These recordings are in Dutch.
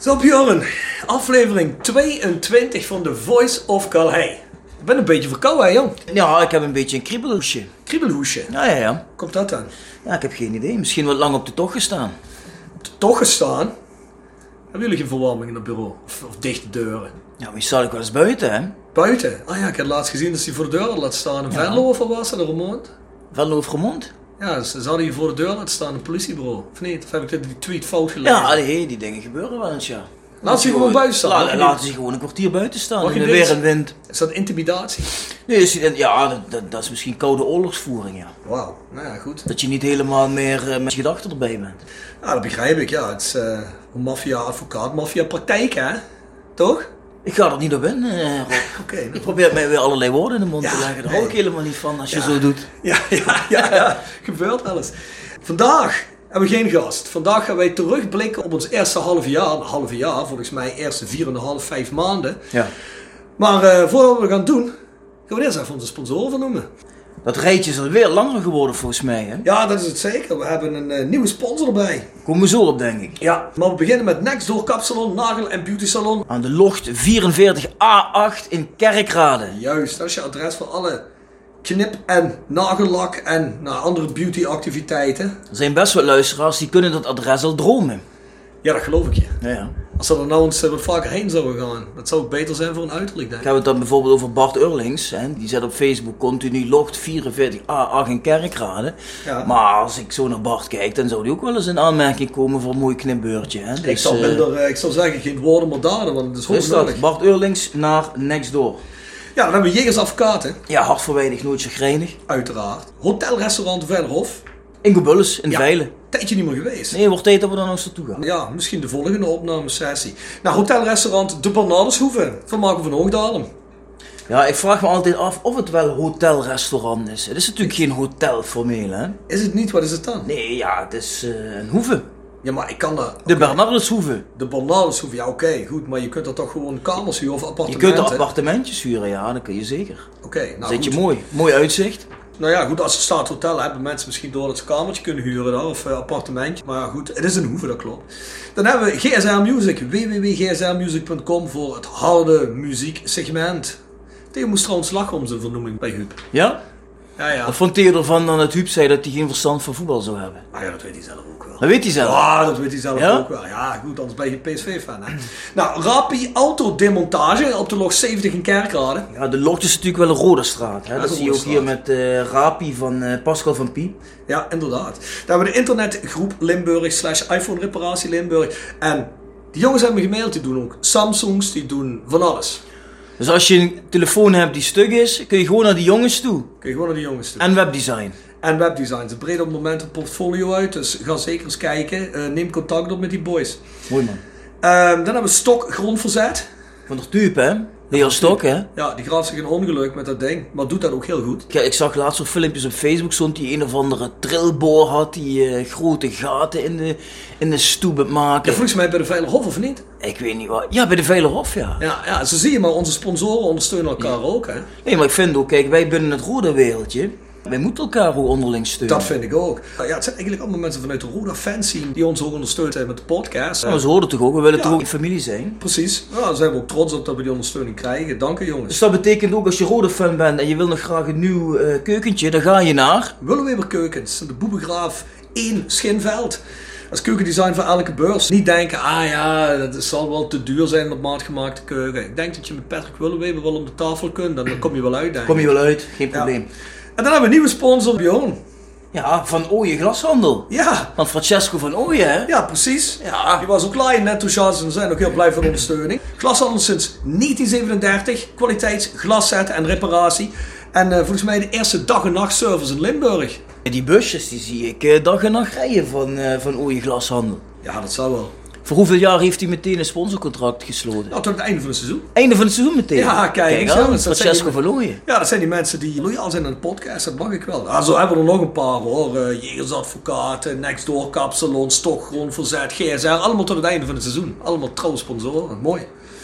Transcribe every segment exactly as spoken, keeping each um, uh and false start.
Zo Björn, aflevering tweeëntwintig van The Voice of Calais. Ik ben een beetje verkouden, hè, jong? Ja, ik heb een beetje een kriebelhoesje. Kriebelhoesje? Ja, ja, ja. Komt dat dan? Ja, ik heb geen idee. Misschien wat lang op de tocht gestaan. Op de tocht gestaan? Hebben jullie geen verwarming in het bureau? Of, of dichte deuren? Ja, maar je staat ook wel eens buiten, hè? Buiten? Ah ja, ik heb laatst gezien dat ze voor de deur laten staan. In Ja. Venlo of was dat, de Remond? Venlo of Remond? Ja, ze ze hadden hier voor de deur laten staan, een politiebureau. Of niet? Of heb ik die tweet fout gelezen? Ja, nee, die dingen gebeuren wel eens, ja. Laat ze gewoon buiten staan. La, laten ze gewoon een kwartier buiten staan. Mag In je de dit? weer en wind. Is dat intimidatie? Nee, is, ja, dat, dat, dat is misschien koude oorlogsvoering, ja. Wauw, nou ja, goed. Dat je niet helemaal meer uh, met je gedachten erbij bent. Ja, dat begrijp ik, ja. Het is uh, een maffia-advocaat, maffia-praktijk, hè? Toch? Ik ga er niet op in, uh, Rob. Oké. Okay, Je probeert mij weer allerlei woorden in de mond Ja, te leggen. Daar nee. hou ik helemaal niet van als je Ja. zo doet. Ja, ja, ja, ja. Gebeurt wel eens. Vandaag hebben we geen gast. Vandaag gaan wij terugblikken op ons eerste half jaar. Een half jaar, volgens mij eerste vier en een half, vijf maanden. Ja. Maar uh, voordat we dat gaan doen, gaan we eerst even onze sponsoren vernoemen. Dat rijtje is alweer langer geworden volgens mij, hè? Ja, dat is het zeker. We hebben een uh, nieuwe sponsor erbij. Komen we zo op, denk ik. Ja, maar we beginnen met Next Door Kapsalon, Nagel en Beauty Salon. Aan de Locht vierenveertig A acht in Kerkrade. Juist, dat is je adres voor alle knip- en nagellak en nou, andere beauty-activiteiten. Er zijn best wel luisteraars die kunnen dat adres al dromen. Ja, dat geloof ik je. Ja, ja. Als we er nou eens uh, wat vaker heen zouden gaan, dat zou ook beter zijn voor een uiterlijk, denk Ik ik. heb het dan bijvoorbeeld over Bart Eurlings. Hè? Die zet op Facebook continu Locht vierenveertig A acht in Kerkrade. Ja. Maar als ik zo naar Bart kijk, dan zou die ook wel eens in aanmerking komen voor een mooi knipbeurtje. Hè? ik, Dus, zou eh, minder, uh, ik zou zeggen geen woorden maar daden, want het is dus hoog dat, nodig. Bart Eurlings naar Next Door. Ja, dan hebben we Jegers Advocaten, Ja, hart verwijnig, nooit chagrijnig. uiteraard. Hotel-restaurant Verhof. Ingo Bulles in Ja. Veilen. Tijdje niet meer geweest. Nee, wordt tijd dat we dan nog eens naartoe gaan. Ja, misschien de volgende opnamesessie. Nou, hotelrestaurant De Bernardeshoeve van Marco van Hoogdalen. Ja, ik vraag me altijd af of het wel hotelrestaurant is. Het is natuurlijk geen hotel formeel, hè? Is het niet? Wat is het dan? Nee, ja, het is uh, een hoeve. Ja, maar ik kan dat... De Bernardeshoeve. De Bernardeshoeve, ja oké, goed. Maar je kunt er toch gewoon kamers huren of Je appartementen? kunt er appartementjes huren, ja, dat kun je zeker. Oké, nou Dan zit je goed. mooi. Mooi uitzicht. Nou ja, goed, als ze staat hotel hebben mensen misschien door dat ze een kamertje kunnen huren daar, of uh, appartementje. Maar ja, goed, het is een hoeve, dat klopt. Dan hebben we G S R Music, w w w punt g s r music punt com voor het harde muzieksegment. Theo moest trouwens lachen om zijn vernoeming bij Huub. Ja? Ja, ja. Wat vond Theo ervan dan het Huub zei dat hij geen verstand van voetbal zou hebben? Ah ja, dat weet hij zelf ook wel. Dat weet hij zelf. Ja, dat weet hij zelf Ja? ook wel. Ja, goed, anders ben je geen P S V-fan. Hè? Nou, Rapi Autodemontage op de log zeventig in Kerkrade. Ja, de Locht is natuurlijk wel een rode straat. Hè? Ja, Dat een zie je rode ook hier straat. met uh, Rapi van uh, Pascal van Pie. Ja, inderdaad. Daar hebben we de internetgroep Limburg slash iPhone reparatie Limburg. En die jongens hebben me gemaild, die doen ook Samsungs, die doen van alles. Dus als je een telefoon hebt die stuk is, kun je gewoon naar die jongens toe. Kun je gewoon naar die jongens toe. En webdesign. En webdesign. Ze breiden op het moment een portfolio uit, dus ga zeker eens kijken. Uh, neem contact op met die boys. Mooi man. Uh, dan hebben we Stok Grondverzet. Van de type, hè? De heer Stok, hè? Ja, die graaft zich een ongeluk met dat ding, maar doet dat ook heel goed. Ik, ik zag laatst op filmpjes op Facebook, stond die een of andere trilboor had die uh, grote gaten in de, in de stoep het Ja, maken. volgens mij bij de Veilerhof of niet? Ik weet niet wat. Ja, bij de Veilerhof, ja. Ja, ja, zo zie je maar, onze sponsoren ondersteunen elkaar ook, hè. Nee, maar ik vind ook, kijk, wij binnen het rode wereldje, wij moeten elkaar ook onderling steunen. Dat vind ik ook. Ja, het zijn eigenlijk allemaal mensen vanuit de Roda fanscene die ons ook ondersteunen met de podcast. Ja, maar ze horen toch ook, we willen Ja. toch ook een familie zijn. Precies. Ja, daar zijn we ook trots op dat we die ondersteuning krijgen. Dank u jongens. Dus dat betekent ook, als je rode fan bent en je wil nog graag een nieuw uh, keukentje, dan ga je naar... Willeweber Keukens, de Boebegraaf één Schinveld. Dat is keukendesign voor elke beurs. Niet denken, ah ja, dat zal wel te duur zijn op maatgemaakte keuken. Ik denk dat je met Patrick Willeweber wel om de tafel kunt, dan kom je wel uit, denk ik. Kom je wel uit, geen probleem. Ja. En dan hebben we een nieuwe sponsor, Bjorn. Ja, Van Ooyen Glashandel. Ja. Van Francesco van Ooyen, hè? Ja, precies. Ja. Die was ook klaar in enthousiast en zijn ook heel blij voor de ondersteuning. Glashandel sinds negentien zevenendertig, kwaliteitsglaszetten en reparatie. En uh, volgens mij de eerste dag- en nachtservice in Limburg. Die busjes, die zie ik uh, dag en nacht rijden van, uh, van Ooyen Glashandel. Ja, dat zou wel. Voor hoeveel jaar heeft hij meteen een sponsorcontract gesloten? Nou, tot het einde van het seizoen. Einde van het seizoen meteen? Ja, kijk, kijk zo, aan, dat zijn Francesco die- van Ooyen. Ja, dat zijn die mensen die loyaal zijn aan de podcast, dat mag ik wel. Ah, zo hebben we er nog een paar hoor. Uh, Jegersadvocaten, Next Door Kapsalon, Stok Grondverzet, G S R. Allemaal tot het einde van het seizoen. Allemaal trouwe sponsoren. Mooi.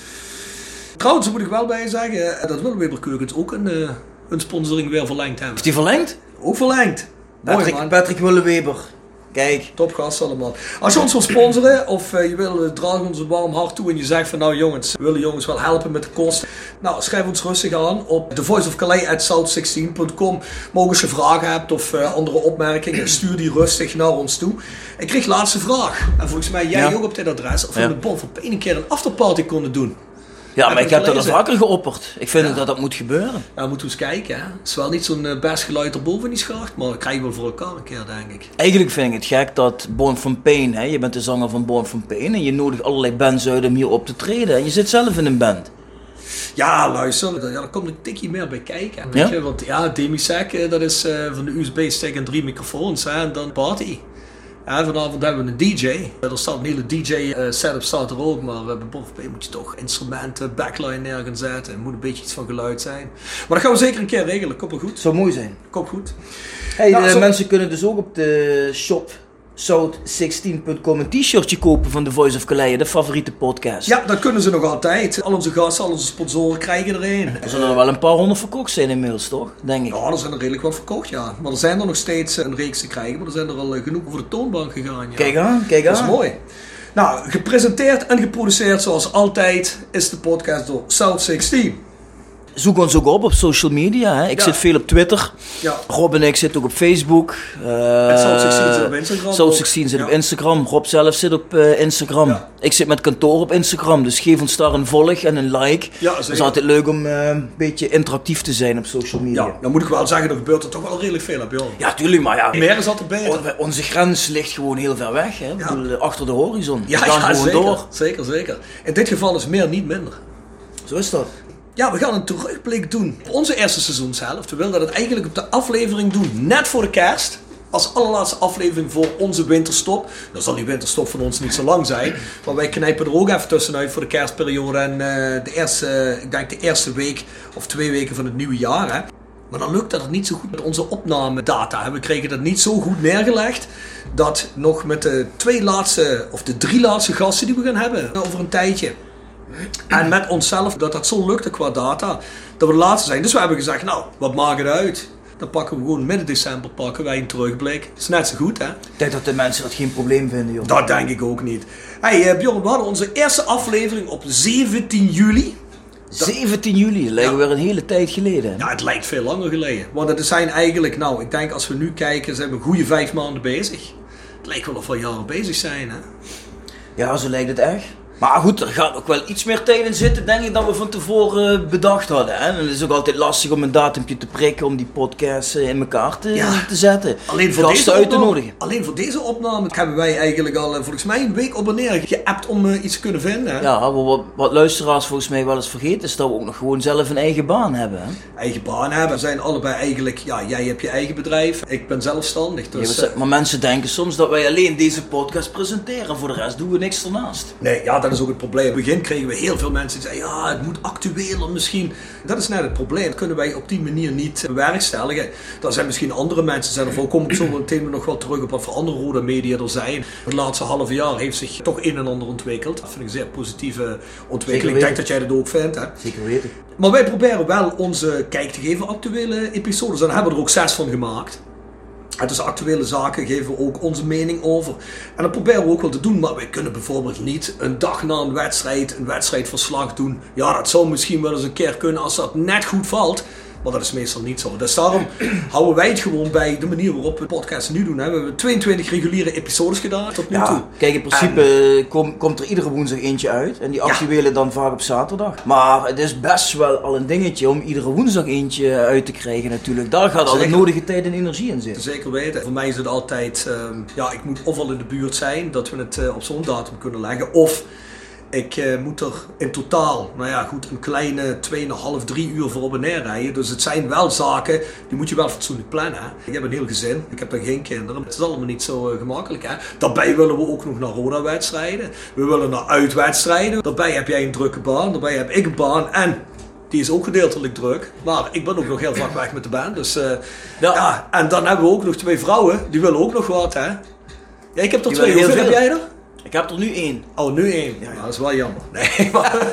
Trouwens, moet ik wel bij je zeggen, dat Willeweber Keukens ook een, uh, een sponsoring weer verlengd hebben. Heeft hij verlengd? Ook verlengd. Mooi Patrick, man. Patrick Willeweber. Kijk. Top gast allemaal. Als je ons wil sponsoren of uh, je wil uh, draag ons een warm hart toe en je zegt van nou jongens, we willen jongens wel helpen met de kosten. Nou, schrijf ons rustig aan op the voice of calais at south sixteen dot com. Maar ook als je vragen hebt of uh, andere opmerkingen, stuur die rustig naar ons toe. Ik kreeg laatste vraag. En volgens mij jij ja. ook op dit adres. Of we ja. met Bon van Peen een keer een afterparty konden doen. Ja, maar ik heb dat al vaker geopperd. Ik vind ja. dat dat moet gebeuren. Ja, moeten we eens kijken. Hè? Het is wel niet zo'n uh, best geluid erboven die schacht, maar dat krijgen we wel voor elkaar een keer, denk ik. Eigenlijk vind ik het gek dat Born from Pain, hè, je bent de zanger van Born from Pain en je nodigt allerlei bands uit om hier op te treden. En je zit zelf in een band. Ja, luister, ja, daar komt een tikje meer bij kijken. Weet ja? je? Want ja, Demisec, dat is uh, van de U S B-stick en drie microfoons, hè, en dan party. Ja, vanavond hebben we een D J. Er staat een hele D J-setup staat er ook, maar bij Born from Pain moet je toch instrumenten, backline neer gaan zetten. Er moet een beetje iets van geluid zijn. Maar dat gaan we zeker een keer regelen, komt wel goed. Zou mooi zijn. Komt goed. Hey, nou, de zo... mensen kunnen dus ook op de shop south sixteen dot com een t-shirtje kopen van The Voice of Calais, de favoriete podcast. Ja, dat kunnen ze nog altijd. Al onze gasten, al onze sponsoren krijgen er een. Er zullen er wel een paar honderd verkocht zijn inmiddels, toch? Denk ik. Ja, er zijn er redelijk wat verkocht, ja. Maar er zijn er nog steeds een reeks te krijgen, maar er zijn er al genoeg over de toonbank gegaan. Ja. Kijk aan, kijk aan. Dat is mooi. Nou, gepresenteerd en geproduceerd zoals altijd is de podcast door South sixteen. Zoek ons ook op op social media. Hè. Ik ja. zit veel op Twitter. Ja. Rob en ik zitten ook op Facebook. Uh, en South sixteen zit op Instagram. South sixteen zit ja. op Instagram. Rob zelf zit op uh, Instagram. Ja. Ik zit met kantoor op Instagram. Dus geef ons daar een volg en een like. Ja, het is altijd leuk om uh, een beetje interactief te zijn op social media. Ja, dan moet ik wel zeggen, er gebeurt er toch wel redelijk veel op, joh. Ja, tuurlijk, maar ja. Meer is altijd beter. Onze grens ligt gewoon heel ver weg. Hè. Ja. Bedoel, achter de horizon. Ja, we gaan ja, gewoon zeker, door. Zeker, zeker. In dit geval is meer niet minder. Zo is dat. Ja, we gaan een terugblik doen op onze eerste seizoenshelft. We wilden dat eigenlijk op de aflevering doen, net voor de kerst. Als allerlaatste aflevering voor onze winterstop. Dan zal die winterstop van ons niet zo lang zijn. Maar wij knijpen er ook even tussenuit voor de kerstperiode. En uh, de eerste, ik denk de eerste week of twee weken van het nieuwe jaar. Hè. Maar dan lukt dat niet zo goed met onze opnamedata. We kregen dat niet zo goed neergelegd. Dat nog met de twee laatste, of de drie laatste gasten die we gaan hebben over een tijdje. En met onszelf, dat dat zo lukte qua data, dat we de laatste zijn. Dus we hebben gezegd, nou, wat maakt het uit? Dan pakken we gewoon midden december pakken wij een terugblik. Dat is net zo goed, hè? Ik denk dat de mensen dat geen probleem vinden, joh. Dat denk ik ook niet. Hey, uh, Bjorn, we hadden onze eerste aflevering op zeventien juli. zeventien juli, dat lijkt ja. weer een hele tijd geleden. Ja, het lijkt veel langer geleden. Want het zijn eigenlijk, nou, ik denk als we nu kijken, zijn we een goede vijf maanden bezig. Het lijkt wel of we al jaren bezig zijn, hè? Ja, zo lijkt het echt. Maar goed, er gaat ook wel iets meer tijd in zitten, denk ik, dan we van tevoren bedacht hadden. Hè? En het is ook altijd lastig om een datumpje te prikken om die podcast in elkaar te, ja. te zetten. Alleen voor, deze uit te nodigen. Alleen voor deze opname hebben wij eigenlijk al volgens mij een week op en neer geappt om uh, iets te kunnen vinden. Hè? Ja, wat, wat luisteraars volgens mij wel eens vergeten is dat we ook nog gewoon zelf een eigen baan hebben. Hè? Eigen baan hebben. We zijn allebei eigenlijk, ja, jij hebt je eigen bedrijf, ik ben zelfstandig. Dus, ja, maar mensen denken soms dat wij alleen deze podcast presenteren, voor de rest doen we niks ernaast. Nee, ja, dat is ook het probleem. In het begin kregen we heel veel mensen die zeiden, ja, het moet actueler misschien. Dat is net het probleem. Dat kunnen wij op die manier niet bewerkstelligen. Er zijn misschien andere mensen, zijn er voor, kom ik zo meteen nog wel terug op wat voor andere rode media er zijn. Het laatste halve jaar heeft zich toch een en ander ontwikkeld. Dat vind ik een zeer positieve ontwikkeling. Ik denk dat jij dat ook vindt. Hè? Zeker weten. Maar wij proberen wel onze kijk te geven op actuele episodes. En daar hebben we er ook zes van gemaakt. En dus actuele zaken geven we ook onze mening over. En dat proberen we ook wel te doen. Maar wij kunnen bijvoorbeeld niet een dag na een wedstrijd een wedstrijdverslag doen. Ja, dat zou misschien wel eens een keer kunnen als dat net goed valt. Maar dat is meestal niet zo. Dus daarom houden wij het gewoon bij de manier waarop we podcasts nu doen. Hè. We hebben tweeëntwintig reguliere episodes gedaan tot nu ja, toe. Kijk, in principe en... kom, komt er iedere woensdag eentje uit. En die actuele ja. dan vaak op zaterdag. Maar het is best wel al een dingetje om iedere woensdag eentje uit te krijgen natuurlijk. Daar gaat al de nodige tijd en energie in zitten. Zeker weten. Voor mij is het altijd, um, ja, ik moet ofwel in de buurt zijn dat we het uh, op zo'n datum kunnen leggen. Of ik uh, moet er in totaal, nou ja goed, een kleine twee en een half, drie uur voor op en neer rijden. Dus het zijn wel zaken, die moet je wel fatsoenlijk plannen. Hè? Ik heb een heel gezin, ik heb dan geen kinderen. Het is allemaal niet zo uh, gemakkelijk. Hè? Daarbij willen we ook nog naar Roda-wedstrijden. We willen naar uitwedstrijden. Daarbij heb jij een drukke baan, daarbij heb ik een baan en die is ook gedeeltelijk druk. Maar ik ben ook nog heel vaak weg met de band. Dus, uh, ja. ja. En dan hebben we ook nog twee vrouwen, die willen ook nog wat. Hè? Ja, ik heb er die twee. Hoeveel heb jij er? Ik heb er nu één. Oh, nu één. Ja, ja. Nou, dat is wel jammer. Nee,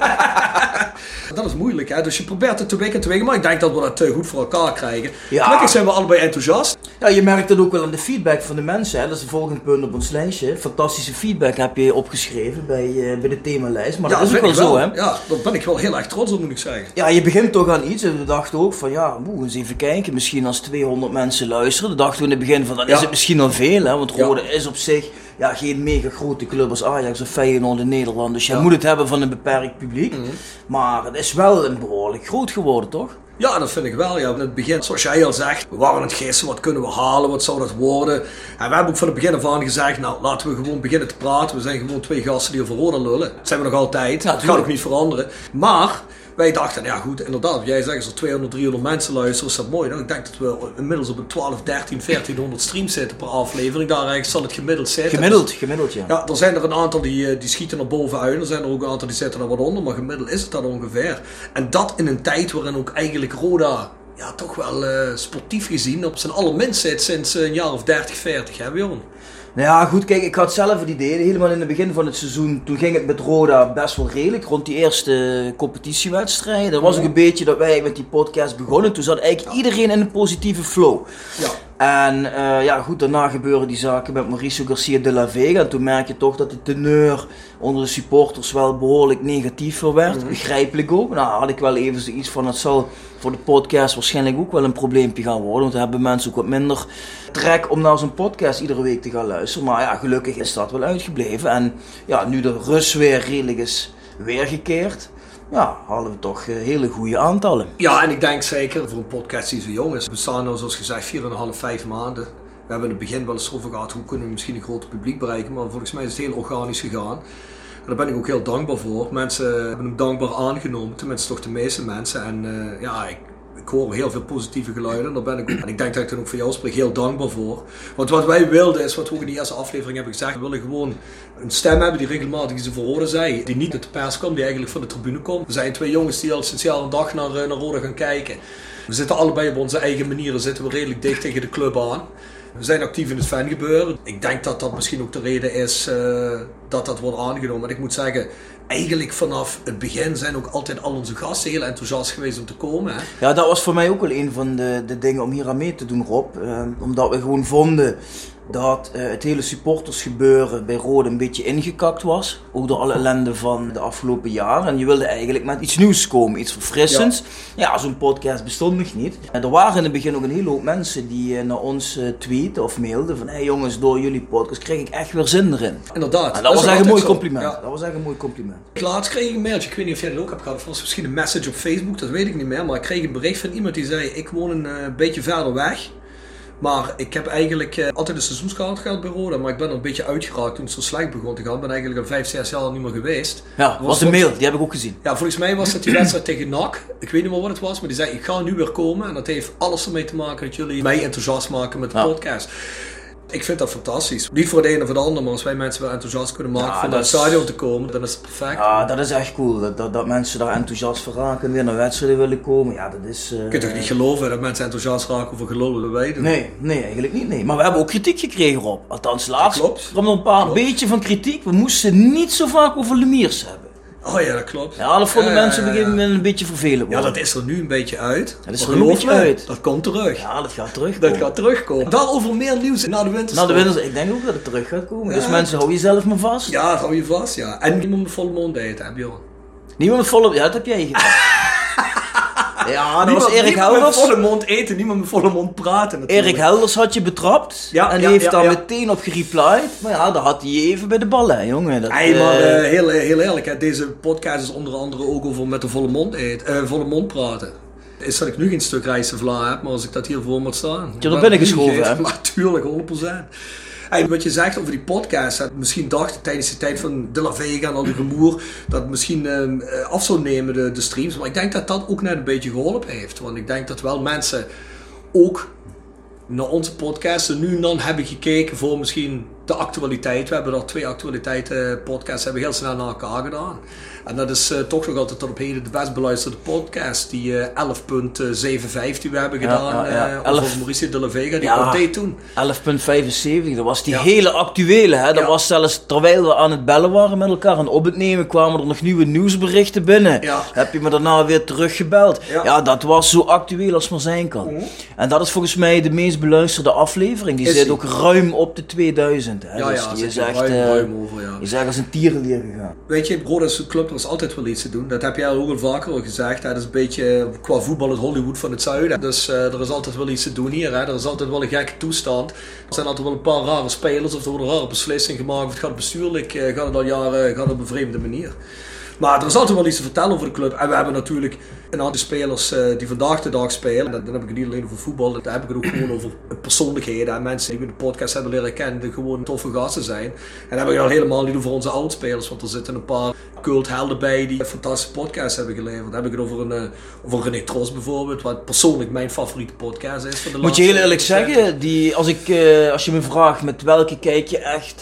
maar... dat is moeilijk, hè. Dus je probeert het te weken te weken, maar ik denk dat we dat uh, goed voor elkaar krijgen. Ja. Gelukkig zijn we allebei enthousiast. Ja, je merkt dat ook wel aan de feedback van de mensen, hè. Dat is het volgende punt op ons lijstje. Fantastische feedback heb je opgeschreven bij, uh, bij de themalijst, maar ja, dat is ook wel zo, hè. Ja, daar ben ik wel heel erg trots op, moet ik zeggen. Ja, je begint toch aan iets en we dachten ook van, ja, moe, eens even kijken, misschien als tweehonderd mensen luisteren. Dan dachten we in het begin van, dan ja. is het misschien al veel, hè, want Rode ja. is op zich... Ja, geen mega grote club als Ajax of Feyenoord in Nederland. Dus je ja. moet het hebben van een beperkt publiek. Mm-hmm. Maar het is wel een behoorlijk groot geworden, toch? Ja, dat vind ik wel. Ja. In het begin, zoals jij al zegt, we waren aan het gissen, wat kunnen we halen, wat zou dat worden. En we hebben ook van het begin af aan gezegd, nou laten we gewoon beginnen te praten. We zijn gewoon twee gasten die over Roda lullen. Dat zijn we nog altijd. Ja, dat gaat ook niet veranderen. Maar... wij dachten, ja goed, inderdaad, jij zegt als er tweehonderd, driehonderd mensen luisteren, is dat mooi. Nou, ik denk dat we inmiddels op een twaalf, dertien, veertienhonderd streams zitten per aflevering. Daar eigenlijk zal het gemiddeld zitten. Gemiddeld, dus, gemiddeld ja. Ja, er zijn er een aantal die, die schieten naar bovenuit, er zijn er ook een aantal die zitten er wat onder, maar gemiddeld is het dat ongeveer. En dat in een tijd waarin ook eigenlijk Roda, ja toch wel uh, sportief gezien, op zijn allerminst zit sinds een jaar of dertig, veertig, hè Bjorn? Nou ja, goed, kijk, ik had zelf het idee, helemaal in het begin van het seizoen, toen ging het met Roda best wel redelijk, rond die eerste competitiewedstrijden. Dat was ook een beetje dat wij met die podcast begonnen, toen zat eigenlijk ja. iedereen in een positieve flow. Ja. En uh, ja goed, daarna gebeuren die zaken met Mauricio Garcia de la Vega en toen merk je toch dat de teneur onder de supporters wel behoorlijk negatief werd, mm-hmm. begrijpelijk ook. Nou had ik wel even zoiets van, het zal voor de podcast waarschijnlijk ook wel een probleempje gaan worden, want dan hebben mensen ook wat minder trek om naar zo'n podcast iedere week te gaan luisteren. Maar ja, gelukkig is dat wel uitgebleven en ja, nu de rust weer redelijk is weergekeerd. Ja, halen we toch hele goede aantallen. Ja, en ik denk zeker voor een podcast die zo jong is. We staan nu zoals gezegd vier en een half, vijf maanden. We hebben in het begin wel eens over gehad, hoe kunnen we misschien een groter publiek bereiken. Maar volgens mij is het heel organisch gegaan. En daar ben ik ook heel dankbaar voor. Mensen hebben hem dankbaar aangenomen, tenminste toch de meeste mensen. En uh, ja, ik, ik hoor heel veel positieve geluiden. En daar ben ik ook, en ik denk dat ik dan ook voor jou spreek, heel dankbaar voor. Want wat wij wilden is, wat we ook in die eerste aflevering hebben gezegd, we willen gewoon een stem hebben die regelmatig iets over Roda zei. Die niet uit de pers komt, die eigenlijk van de tribune komt. We zijn twee jongens die al sinds jaar en dag naar, naar Roda gaan kijken. We zitten allebei op onze eigen manieren, zitten we redelijk dicht tegen de club aan. We zijn actief in het fangebeuren. Ik denk dat dat misschien ook de reden is uh, dat dat wordt aangenomen. En ik moet zeggen, eigenlijk vanaf het begin zijn ook altijd al onze gasten heel enthousiast geweest om te komen. Hè? Ja, dat was voor mij ook wel een van de, de dingen om hier aan mee te doen, Rob. Uh, omdat we gewoon vonden dat uh, het hele supportersgebeuren bij Roda een beetje ingekakt was. Ook door alle ellende van de afgelopen jaren. En je wilde eigenlijk met iets nieuws komen, iets verfrissends. Ja, ja zo'n podcast bestond nog niet. En er waren in het begin ook een hele hoop mensen die uh, naar ons uh, tweeten of mailden van hé hey jongens, door jullie podcast kreeg ik echt weer zin erin. Inderdaad. En dat, dat was echt een mooi compliment. Ja. Dat was echt een mooi compliment. Laatst kreeg ik een mailtje, ik weet niet of jij dat ook hebt gehad, of was misschien een message op Facebook, dat weet ik niet meer. Maar ik kreeg een bericht van iemand die zei, ik woon een uh, beetje verder weg. Maar ik heb eigenlijk uh, altijd een seizoenskaart gehad bij Roda, maar ik ben er een beetje uitgeraakt toen het zo slecht begon te gaan. Ik ben eigenlijk al vijf, zes jaar niet meer geweest. Ja, dat was de mail, die heb ik ook gezien. Ja, volgens mij was dat die wedstrijd tegen N A C. Ik weet niet meer wat het was, maar die zei ik ga nu weer komen. En dat heeft alles ermee te maken dat jullie mij enthousiast maken met de ja. podcast. Ik vind dat fantastisch. Niet voor de een of de ander, maar als wij mensen wel enthousiast kunnen maken ja, om naar het stadion te komen, dan is het perfect. Ja, dat is echt cool. Dat, dat, dat mensen daar enthousiast voor raken en weer naar wedstrijden willen komen. Ja, dat is... Uh, je kunt toch niet geloven dat mensen enthousiast raken over gelul dat wij doen? Nee, nee, eigenlijk niet. Nee. Maar we hebben ook kritiek gekregen, Rob. Althans, laatst. Klopt. Er kwam nog een paar Klopt. beetje van kritiek. We moesten niet zo vaak over Lemiers hebben. Oh ja, dat klopt. Ja, dat vonden ja, mensen op een gegeven moment een beetje vervelend worden. Ja, dat is er nu een beetje uit. Dat is er nu een beetje uit. Dat komt terug. Ja, dat gaat terugkomen. Dat gaat terugkomen. Daarover meer nieuws na de winterstop. Na de winterstop. Ik denk ook dat het terug gaat komen. Ja. Dus mensen, hou jezelf maar vast. Ja, hou je vast, ja. En niemand met volle mond eten, hè, Bjorn? Niemand met volle... Ja, dat heb jij gedaan. Ja, dat niemand, was Erik niemand Helders. Met volle mond eten, niemand met volle mond praten natuurlijk. Erik Helders had je betrapt. Ja, en die ja, heeft ja, daar ja. meteen op gereplied. Maar ja, daar had hij even bij de ballen, jongen. Dat, hey, maar uh, heel, heel eerlijk, hè, deze podcast is onder andere ook over met de volle mond eten, uh, volle mond praten. Is dat ik nu geen stuk rijstevla heb, maar als ik dat hier voor moet staan. Ja, daar ben ik geschoven, hè? Natuurlijk, honderd procent. Hey, wat je zegt over die podcast, dat misschien dacht tijdens de tijd van De La Vega en al die gemoer, dat het misschien uh, af zou nemen, de, de streams. Maar ik denk dat dat ook net een beetje geholpen heeft. Want ik denk dat wel mensen ook naar onze podcasten nu en dan hebben gekeken voor misschien de actualiteit. We hebben er twee actualiteiten podcasts hebben heel snel naar elkaar gedaan. En dat is uh, toch nog altijd tot op heden de best beluisterde podcast. Die uh, elf komma zevenenvijftig die we hebben gedaan ja, ja, ja. Uh, over Mauricio de la Vega. Die ja, deed toen. elf komma vijfenzeventig, dat was die ja. hele actuele. Hè? Dat ja. was zelfs terwijl we aan het bellen waren met elkaar en op het nemen kwamen er nog nieuwe nieuwsberichten binnen. Ja. Heb je me daarna weer teruggebeld. Ja. ja, dat was zo actueel als maar zijn kan. Mm. En dat is volgens mij de meest beluisterde aflevering. Die is zit die? ook ruim op de tweeduizend. Hè? Ja, dus ja, die is echt ruim, uh, ruim over, ja. Je zegt als een tierenlier gegaan. Weet je, Roda's club er is altijd wel iets te doen. Dat heb jij ook al vaker al gezegd. Hè? Dat is een beetje qua voetbal het Hollywood van het zuiden. Dus uh, er is altijd wel iets te doen hier. Hè? Er is altijd wel een gekke toestand. Er zijn altijd wel een paar rare spelers of er worden rare beslissingen gemaakt. Of het gaat bestuurlijk, uh, gaat het al jaren gaat op een vreemde manier. Maar er is altijd wel iets te vertellen over de club. En we hebben natuurlijk een aantal spelers uh, die vandaag de dag spelen. Dan heb ik het niet alleen over voetbal, dan heb ik het ook gewoon over persoonlijkheden. En mensen die we in de podcast hebben leren kennen, die gewoon toffe gasten zijn. En dan heb ik het al helemaal niet over onze oudspelers. Want er zitten een paar culthelden bij die een fantastische podcast hebben geleverd. Dan heb ik het over, een, uh, over René Tros bijvoorbeeld, wat persoonlijk mijn favoriete podcast is. Van de Moet je heel eerlijk zeggen, die, als, ik, uh, als je me vraagt met welke kijk je echt...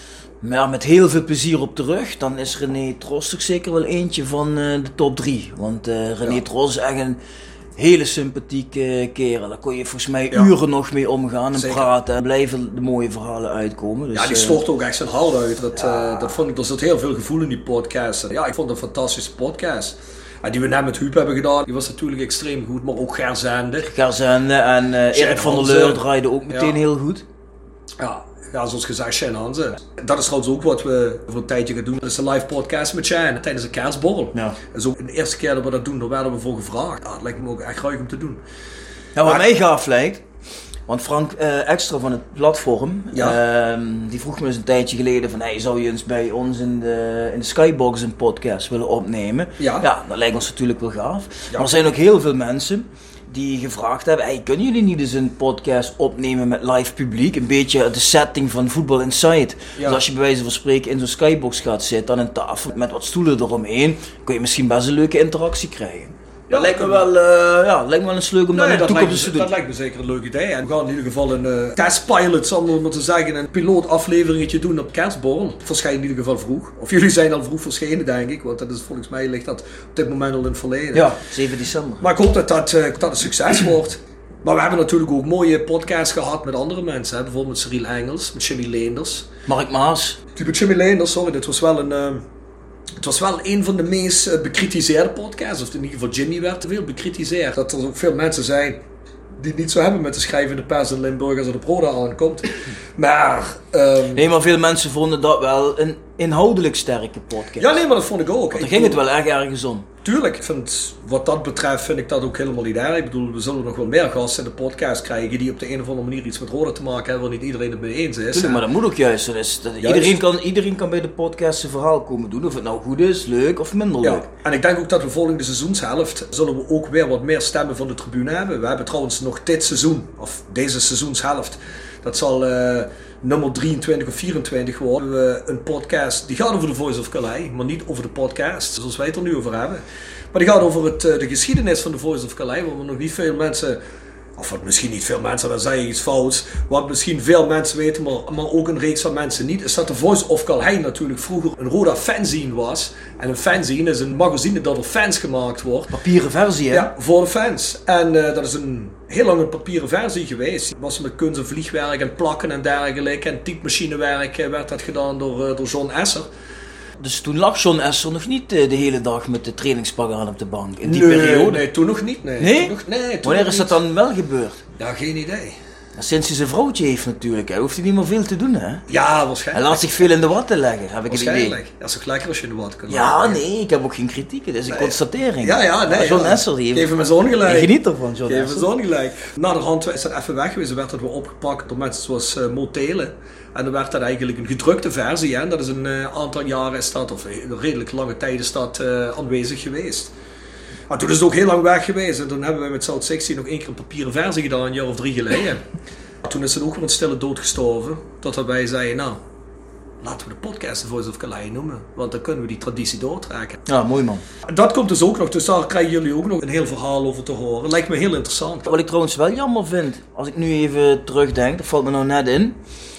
Ja, met heel veel plezier op terug, dan is René Tros toch zeker wel eentje van uh, de top drie. Want uh, René ja. Tros is echt een hele sympathieke kerel. Daar kon je volgens mij ja. uren nog mee omgaan en zeker. praten. En blijven de mooie verhalen uitkomen. Dus, ja, die stort ook echt zijn hart uit. Dat, ja. uh, dat vond ik, er zit heel veel gevoel in die podcast. Ja, ik vond het een fantastische podcast. En die we net met Huub hebben gedaan, die was natuurlijk extreem goed, maar ook Ger Zende. Ger Zende en uh, Erik van der Leur draaide ook meteen ja. heel goed. Ja. Ja, zoals gezegd, Shane Hanze. Dat is trouwens ook wat we voor een tijdje gaan doen. Dat is een live podcast met Shane tijdens een kerstborrel. Ja. Dat is ook de eerste keer dat we dat doen, daar werden we voor gevraagd. Ja, dat lijkt me ook echt leuk om te doen. Ja, wat maar, mij gaaf lijkt, want Frank uh, Extra van het platform, ja. uh, die vroeg me eens een tijdje geleden van, hey, zou je eens bij ons in de, in de Skybox een podcast willen opnemen? Ja. Ja, dat lijkt ons natuurlijk wel gaaf. Ja. Maar er zijn ook heel veel mensen die gevraagd hebben, hey, kunnen jullie niet eens een podcast opnemen met live publiek? Een beetje de setting van Voetbal Inside. Ja. Dus als je bij wijze van spreken in zo'n Skybox gaat zitten, aan een tafel met wat stoelen eromheen, kun je misschien best een leuke interactie krijgen. Ja, dat lijkt me wel, uh, ja, lijkt me wel eens leuk om nee, dat in de toekomst te doen. Dat lijkt me zeker een leuk idee. En we gaan in ieder geval een uh, testpilot, zal ik maar te zeggen, een pilootafleveringetje doen op kerstborrel. Verschijnt in ieder geval vroeg. Of jullie zijn al vroeg verschenen, denk ik. Want dat is, volgens mij ligt dat op dit moment al in het verleden. Ja, zeven december. Maar ik hoop dat dat, uh, dat een succes wordt. Maar we hebben natuurlijk ook mooie podcasts gehad met andere mensen. Hè? Bijvoorbeeld met Cyril Engels, met Jimmy Leenders. Mark Maas. Die met Jimmy Leenders, sorry, dit was wel een... Uh, Het was wel een van de meest uh, bekritiseerde podcasts, of in ieder geval Jimmy werd te veel bekritiseerd. Dat er ook veel mensen zijn die het niet zo hebben met de schrijvende pers in Limburg als het op Roda aankomt. Maar... Um... Nee, maar veel mensen vonden dat wel een inhoudelijk sterke podcast. Ja, nee, maar dat vond ik ook. Want daar ging het wel erg ergens om. Tuurlijk, ik vind, wat dat betreft vind ik dat ook helemaal niet erg. Ik bedoel, we zullen nog wel meer gasten in de podcast krijgen die op de een of andere manier iets met Roda te maken hebben waar niet iedereen het mee eens is. Tuurlijk, maar dat moet ook juist. Dat is, dat, juist. Iedereen, kan, iedereen kan bij de podcast zijn verhaal komen doen, of het nou goed is, leuk of minder leuk. Ja. En ik denk ook dat we volgende seizoenshelft zullen we ook weer wat meer stemmen van de tribune hebben. We hebben trouwens nog dit seizoen, of deze seizoenshelft, dat zal... Uh, nummer drieëntwintig of vierentwintig worden we een podcast, die gaat over de Voice of Calais, maar niet over de podcast, zoals wij het er nu over hebben. Maar die gaat over het, de geschiedenis van de Voice of Calais, waar we nog niet veel mensen, of wat misschien niet veel mensen, dan zei je iets fouts, wat misschien veel mensen weten, maar, maar ook een reeks van mensen niet, is dat de Voice of Calais natuurlijk vroeger een Roda fanzine was. En een fanzine is een magazine dat door fans gemaakt wordt. Papieren versie, hè? Ja, voor de fans. En uh, dat is een heel lang een papieren versie geweest. Het was met kunst en vliegwerk en plakken en dergelijke. En typemachinewerk uh, werd dat gedaan door, uh, door John Esser. Dus toen lag John Esser nog niet uh, de hele dag met de trainingspak aan op de bank, in die nee, periode? Nee, toen nog niet. Nee? Nee? Toen nog, nee toen Wanneer nog is dat niet. dan wel gebeurd? Ja, geen idee. Sinds hij zijn vrouwtje heeft natuurlijk, hè, hoeft hij niet meer veel te doen, hè? Ja, waarschijnlijk. Hij laat zich veel in de watten leggen, heb ik het idee. Waarschijnlijk. Dat is ook lekker als je in de watten kunt Ja, leggen. nee, ik heb ook geen kritiek, het is een nee. constatering. Ja, ja, nee. John ja. Esser, die heeft... Geef hem eens ongelijk. Ik geniet ervan, John Geef Esser. hem eens ongelijk. Naderhand is dat even weg geweest, werd dat weer opgepakt door mensen zoals uh, Motelen. En dan werd dat eigenlijk een gedrukte versie, hè. Dat is een uh, aantal jaren is dat, of een redelijk lange tijd is dat uh, aanwezig geweest. Maar toen is het ook heel lang weg geweest en toen hebben we met South zestien nog één keer een papieren versie gedaan, een jaar of drie geleden. Toen is het ook weer een stille dood gestorven, totdat wij zeiden, nou, laten we de podcast The Voice of Calais noemen, want dan kunnen we die traditie doortrekken. Ja, mooi man. Dat komt dus ook nog, dus daar krijgen jullie ook nog een heel verhaal over te horen. Lijkt me heel interessant. Wat ik trouwens wel jammer vind, als ik nu even terugdenk, dat valt me nou net in.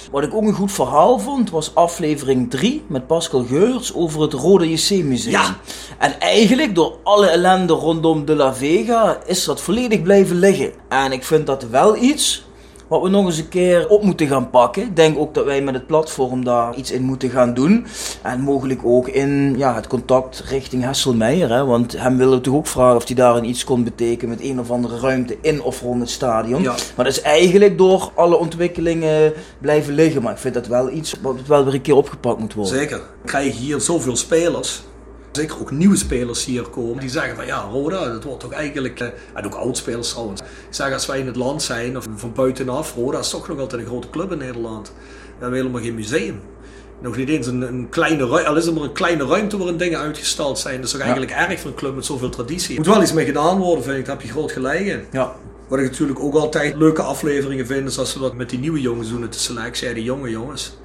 Wat ik ook een goed verhaal vond, was aflevering drie met Pascal Geurts over het Rode J C Museum. Ja. En eigenlijk door alle ellende rondom De La Vega is dat volledig blijven liggen. En ik vind dat wel iets wat we nog eens een keer op moeten gaan pakken. Ik denk ook dat wij met het platform daar iets in moeten gaan doen. En mogelijk ook in ja, het contact richting Hesselmeijer. Hè? Want hem willen we toch ook vragen of hij daarin iets kon betekenen met een of andere ruimte in of rond het stadion. Ja. Maar dat is eigenlijk door alle ontwikkelingen blijven liggen. Maar ik vind dat wel iets wat wel weer een keer opgepakt moet worden. Zeker. Dan krijg je hier zoveel spelers. Zeker ook nieuwe spelers hier komen. Die zeggen van ja, Roda, dat wordt toch eigenlijk... Eh, en ook oudspelers trouwens. Ik zeg als wij in het land zijn, of van buitenaf, Roda is toch nog altijd een grote club in Nederland. We hebben helemaal geen museum. Nog niet eens een, een kleine ruimte, al is er maar een kleine ruimte waarin dingen uitgestald zijn. Dat is toch eigenlijk ja. erg voor een club met zoveel traditie. Er moet wel iets mee gedaan worden, vind ik. Daar heb je groot gelijk in. Ja. Wat ik natuurlijk ook altijd leuke afleveringen vind, is als we dat met die nieuwe jongens doen, de selectie, die jonge jongens.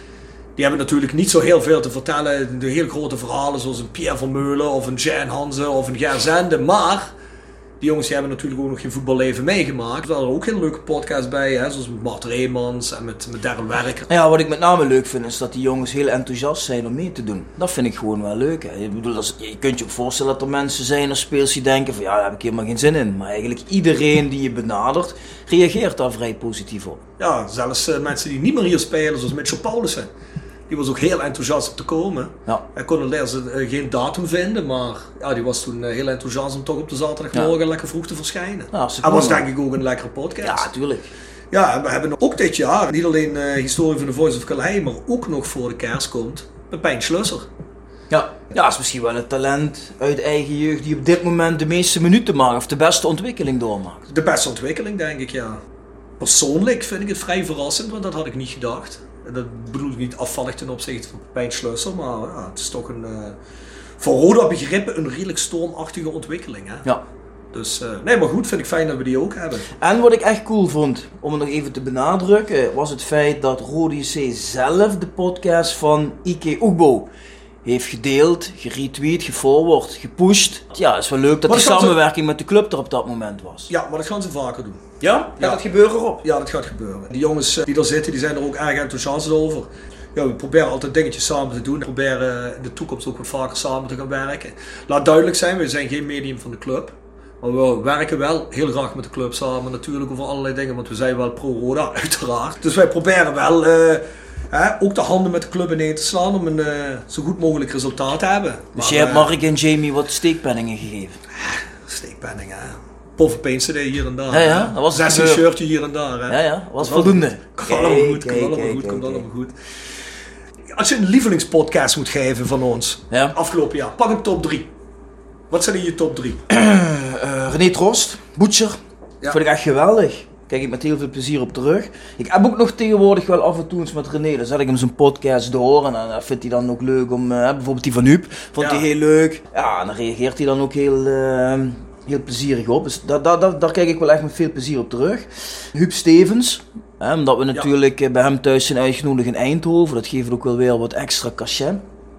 Die hebben natuurlijk niet zo heel veel te vertellen, de heel grote verhalen zoals een Pierre Vermeulen of een Jan Hansen of een Ger Zende. Maar die jongens die hebben natuurlijk ook nog geen voetballeven meegemaakt. Er waren ook heel leuke podcasts bij, hè, zoals met Mart Reemans en met, met Darren Werker. Ja, wat ik met name leuk vind is dat die jongens heel enthousiast zijn om mee te doen. Dat vind ik gewoon wel leuk. Hè. Ik bedoel, als, je kunt je ook voorstellen dat er mensen zijn of spelers die denken van ja, daar heb ik helemaal geen zin in. Maar eigenlijk iedereen die je benadert, reageert daar vrij positief op. Ja, zelfs uh, mensen die niet meer hier spelen, zoals Mitchell Paulussen. Die was ook heel enthousiast om te komen. Ja. Hij kon helaas uh, geen datum vinden, maar ja, die was toen uh, heel enthousiast om toch op de zaterdagmorgen ja. lekker vroeg te verschijnen. Ja, en was denk ik ook een lekkere podcast. Ja, tuurlijk. Ja, en we hebben ook dit jaar niet alleen uh, historie van de Voice of Calais, maar ook nog voor de kerst komt Pepijn Schlusser. Ja, ja, is misschien wel een talent uit eigen jeugd die op dit moment de meeste minuten maakt of de beste ontwikkeling doormaakt. De beste ontwikkeling, denk ik, ja. Persoonlijk vind ik het vrij verrassend, want dat had ik niet gedacht. En dat bedoel ik niet afvallig ten opzichte van Pepijn Schlusser, maar ja, het is toch een, uh, voor Roda begrippen een redelijk stormachtige ontwikkeling. Hè? Ja. Dus, uh, nee, maar goed, vind ik fijn dat we die ook hebben. En wat ik echt cool vond, om het nog even te benadrukken, was het feit dat Rode J C zelf de podcast van Ike Ugbo heeft gedeeld, geretweet, geforward, gepusht. Ja, het is wel leuk dat die samenwerking ze... met de club er op dat moment was. Ja, maar dat gaan ze vaker doen. Ja? Gaat ja. dat gebeuren, Rob? Ja, dat gaat gebeuren. Die jongens die er zitten, die zijn er ook erg enthousiast over. Ja, we proberen altijd dingetjes samen te doen. We proberen in de toekomst ook wat vaker samen te gaan werken. Laat duidelijk zijn, we zijn geen medium van de club. Maar we werken wel heel graag met de club samen, natuurlijk over allerlei dingen, want we zijn wel pro-Roda, uiteraard. Dus wij proberen wel... Uh, He, ook de handen met de club ineen te slaan om een uh, zo goed mogelijk resultaat te hebben. Dus maar, jij hebt Mark en Jamie wat steekpenningen gegeven? Steekpenningen, Pofferpaint C D hier en daar. Ja, ja, dat was zestien shirtje hier en daar. Hè. Ja, ja, was voldoende. Komt allemaal goed, komt allemaal goed, komt allemaal goed. Als je een lievelingspodcast moet geven van ons, ja. afgelopen jaar, pak een top drie. Wat zijn in je top drie? Uh, uh, René Trost, Butcher, ja. Vond ik echt geweldig. Kijk ik met heel veel plezier op terug. Ik heb ook nog tegenwoordig wel af en toe eens met René. Dan zet ik hem zijn podcast door. En dan vindt hij dan ook leuk om... Uh, bijvoorbeeld die van Huub. Vond ja. hij heel leuk. Ja, en dan reageert hij dan ook heel, uh, heel plezierig op. Dus da, da, da, daar kijk ik wel echt met veel plezier op terug. Huub Stevens. Hè, omdat we natuurlijk ja. bij hem thuis zijn uitgenodigd in Eindhoven. Dat geeft ook wel weer wat extra cachet.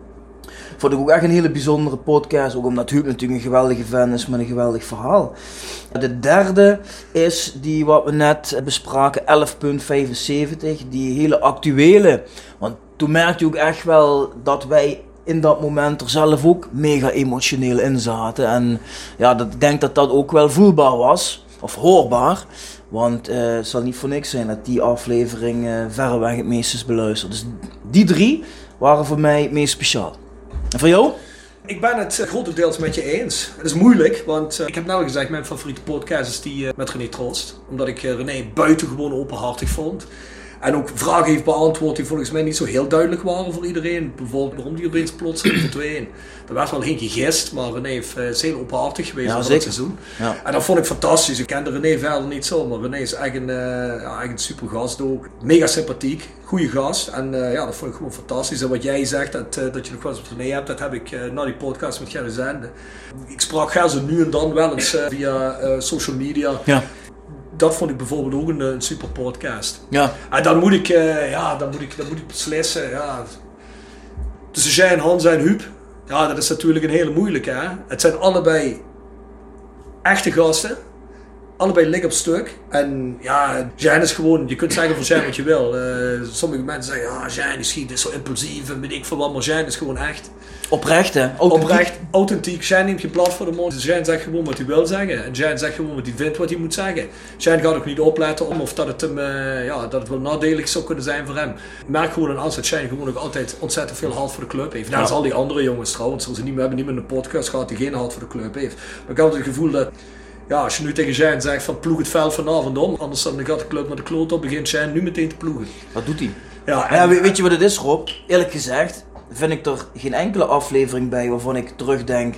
Vond ik ook echt een hele bijzondere podcast. Ook omdat Huub natuurlijk een geweldige fan is met een geweldig verhaal. De derde is die wat we net bespraken, elf punt vijfenzeventig. Die hele actuele. Want toen merkte je ook echt wel dat wij in dat moment er zelf ook mega emotioneel in zaten. En ja, dat, ik denk dat dat ook wel voelbaar was. Of hoorbaar. Want uh, het zal niet voor niks zijn dat die aflevering uh, verreweg het meest is beluisterd. Dus die drie waren voor mij het meest speciaal. En voor jou? Ik ben het grotendeels met je eens. Het is moeilijk, want uh, ik heb nou gezegd, mijn favoriete podcast is die uh, met René Trost. Omdat ik uh, René buitengewoon openhartig vond. En ook vragen heeft beantwoord die volgens mij niet zo heel duidelijk waren voor iedereen. Bijvoorbeeld waarom die opeens plotseling verdween. Er werd wel geen gegist, maar René is uh, heel openhartig geweest over het seizoen. Ja. En dat vond ik fantastisch. Ik kende René verder niet zo, maar René is echt een, uh, ja, echt een super gast ook. Mega sympathiek, goede gast. En uh, ja, dat vond ik gewoon fantastisch. En wat jij zegt, dat, uh, dat je nog wel eens met René hebt, dat heb ik uh, na die podcast met Gerry Zende. Ik sprak Gerze nu en dan wel eens uh, via uh, social media. Ja. Dat vond ik bijvoorbeeld ook een, een super podcast. Ja. En dan moet ik, uh, ja, dan moet ik, dan moet ik beslissen. Ja. Tussen jij en Hans en Huub. Ja, dat is natuurlijk een hele moeilijke. Hè? Het zijn allebei echte gasten. Allebei liggen op stuk. En ja, Jean is gewoon, je kunt zeggen van Jean wat je wil. Uh, sommige mensen zeggen, ja, Jean is, is zo impulsief en weet ik veel wat, maar Jean is gewoon echt. Oprecht hè? Authentiek. Oprecht, authentiek. Jean neemt je blad voor de mond. Jean zegt gewoon wat hij wil zeggen. En Jean zegt gewoon wat hij vindt wat hij moet zeggen. Jean gaat ook niet opletten om of dat het hem, uh, ja, dat het wel nadelig zou kunnen zijn voor hem. Ik merk gewoon aan alles dat Jean gewoon ook altijd ontzettend veel hart voor de club heeft. Net als al die andere jongens trouwens. Zoals niet, we hebben niet meer een podcast gehad die geen hart voor de club heeft. Maar ik heb het gevoel dat, ja, als je nu tegen Jean zegt van ploeg het veld vanavond om, anders dan gaat de club met de kloot op, begint Jean nu meteen te ploegen. Wat doet hij? Ja, en... ja, weet je wat het is, Rob? Eerlijk gezegd vind ik er geen enkele aflevering bij waarvan ik terugdenk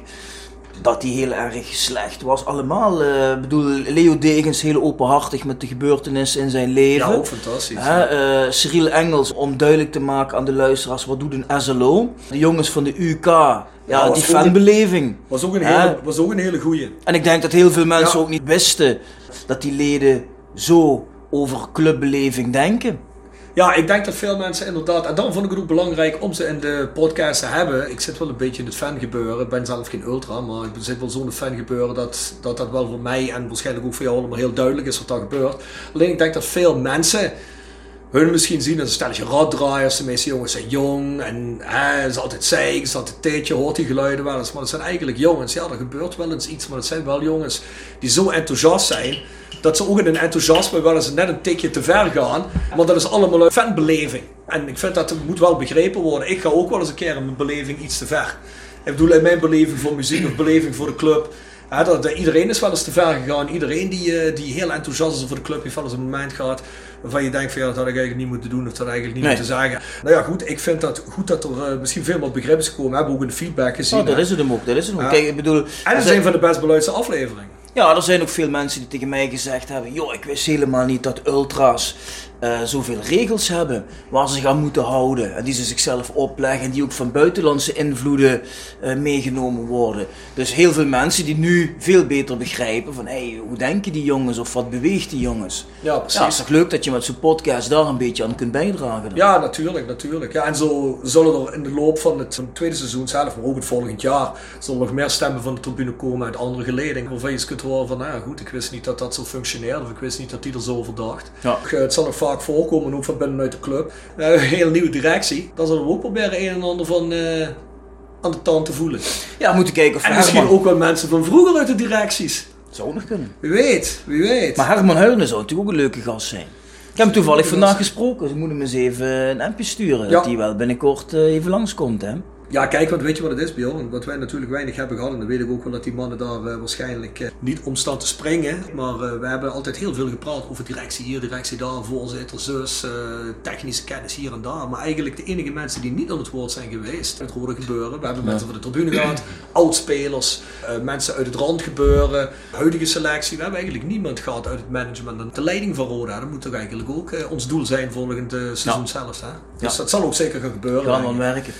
dat die heel erg slecht was. Allemaal, ik uh, bedoel, Leo Degens heel openhartig met de gebeurtenissen in zijn leven. Ja, ook fantastisch. Uh, uh, Cyril Engels om duidelijk te maken aan de luisteraars, wat doet een S L O? De jongens van de U K, ja, ja die fanbeleving. Een, was, ook een hele, uh, was ook een hele goeie. En ik denk dat heel veel mensen ja. ook niet wisten dat die leden zo over clubbeleving denken. Ja, ik denk dat veel mensen inderdaad, en daarom vond ik het ook belangrijk om ze in de podcast te hebben. Ik zit wel een beetje in het fangebeuren, ik ben zelf geen ultra, maar ik zit wel zo'n fangebeuren dat, dat dat wel voor mij en waarschijnlijk ook voor jou allemaal heel duidelijk is wat daar gebeurt. Alleen ik denk dat veel mensen hun misschien zien als een stelletje raddraaiers. De meeste jongens zijn jong en hè, het is altijd zeik, het is altijd teetje, hoort die geluiden wel eens. Maar het zijn eigenlijk jongens, ja, er gebeurt wel eens iets, maar het zijn wel jongens die zo enthousiast zijn, dat ze ook in hun enthousiasme wel eens net een tikje te ver gaan. Maar dat is allemaal een fanbeleving. En ik vind dat het moet wel begrepen worden. Ik ga ook wel eens een keer in mijn beleving iets te ver. Ik bedoel, in mijn beleving voor muziek of beleving voor de club. Ja, dat, dat, iedereen is wel eens te ver gegaan. Iedereen die, die heel enthousiast is voor de club heeft wel eens een moment gehad waarvan je denkt van ja, dat had ik eigenlijk niet moeten doen of dat eigenlijk niet nee. moeten zeggen. Nou ja, goed, ik vind dat goed dat er uh, misschien veel meer begrip is gekomen. We hebben ook in de feedback gezien. Oh, dat hè. is het hem ook, dat is het ook. Ja. Kijk, ik bedoel, en het is een van de best beluisterde afleveringen. Ja, er zijn ook veel mensen die tegen mij gezegd hebben, joh, ik wist helemaal niet dat ultra's uh, zoveel regels hebben waar ze zich aan moeten houden en die ze zichzelf opleggen en die ook van buitenlandse invloeden uh, meegenomen worden. Dus heel veel mensen die nu veel beter begrijpen van, hé, hey, hoe denken die jongens of wat beweegt die jongens? Ja, precies. Ja, het is toch leuk dat je met zo'n podcast daar een beetje aan kunt bijdragen dan? Ja, natuurlijk, natuurlijk. Ja, en zo zullen er in de loop van het, van het tweede seizoen zelf, maar ook het volgend jaar, zullen er nog meer stemmen van de tribune komen uit andere geledingen, waarvan je eens kunt horen van, nou ja, goed, ik wist niet dat dat zo functioneerde of ik wist niet dat die er zo over dacht. Ja. Het zal nog vaak voorkomen, ook van binnenuit de club. Uh, een hele nieuwe directie, daar zullen we ook proberen een en ander van uh, aan de tand te voelen. Ja, we moeten kijken of en misschien Herman... ook wel mensen van vroeger uit de directies. Zou nog kunnen. Wie weet, wie weet. Maar Herman Huijnen zou natuurlijk ook een leuke gast zijn. Ik heb hem toevallig vandaag gesproken, dus ik moet hem eens even een appje sturen. Ja. Dat hij wel binnenkort uh, even langskomt, hè. Ja, kijk, want weet je wat het is, Bjorn? Wat wij natuurlijk weinig hebben gehad, en dan weet ik ook wel dat die mannen daar uh, waarschijnlijk uh, niet om staan te springen. Maar uh, we hebben altijd heel veel gepraat over directie hier, directie daar, voorzitter, zus, uh, technische kennis hier en daar. Maar eigenlijk de enige mensen die niet aan het woord zijn geweest, het rode gebeuren. We hebben ja. mensen van de tribune gehad, oudspelers, uh, mensen uit het randgebeuren, huidige selectie. We hebben eigenlijk niemand gehad uit het management en de leiding van Roda. Dat moet toch eigenlijk ook uh, ons doel zijn volgend uh, seizoen ja. zelfs. Hè? Dus ja. dat zal ook zeker gaan gebeuren. Gaan dan werken.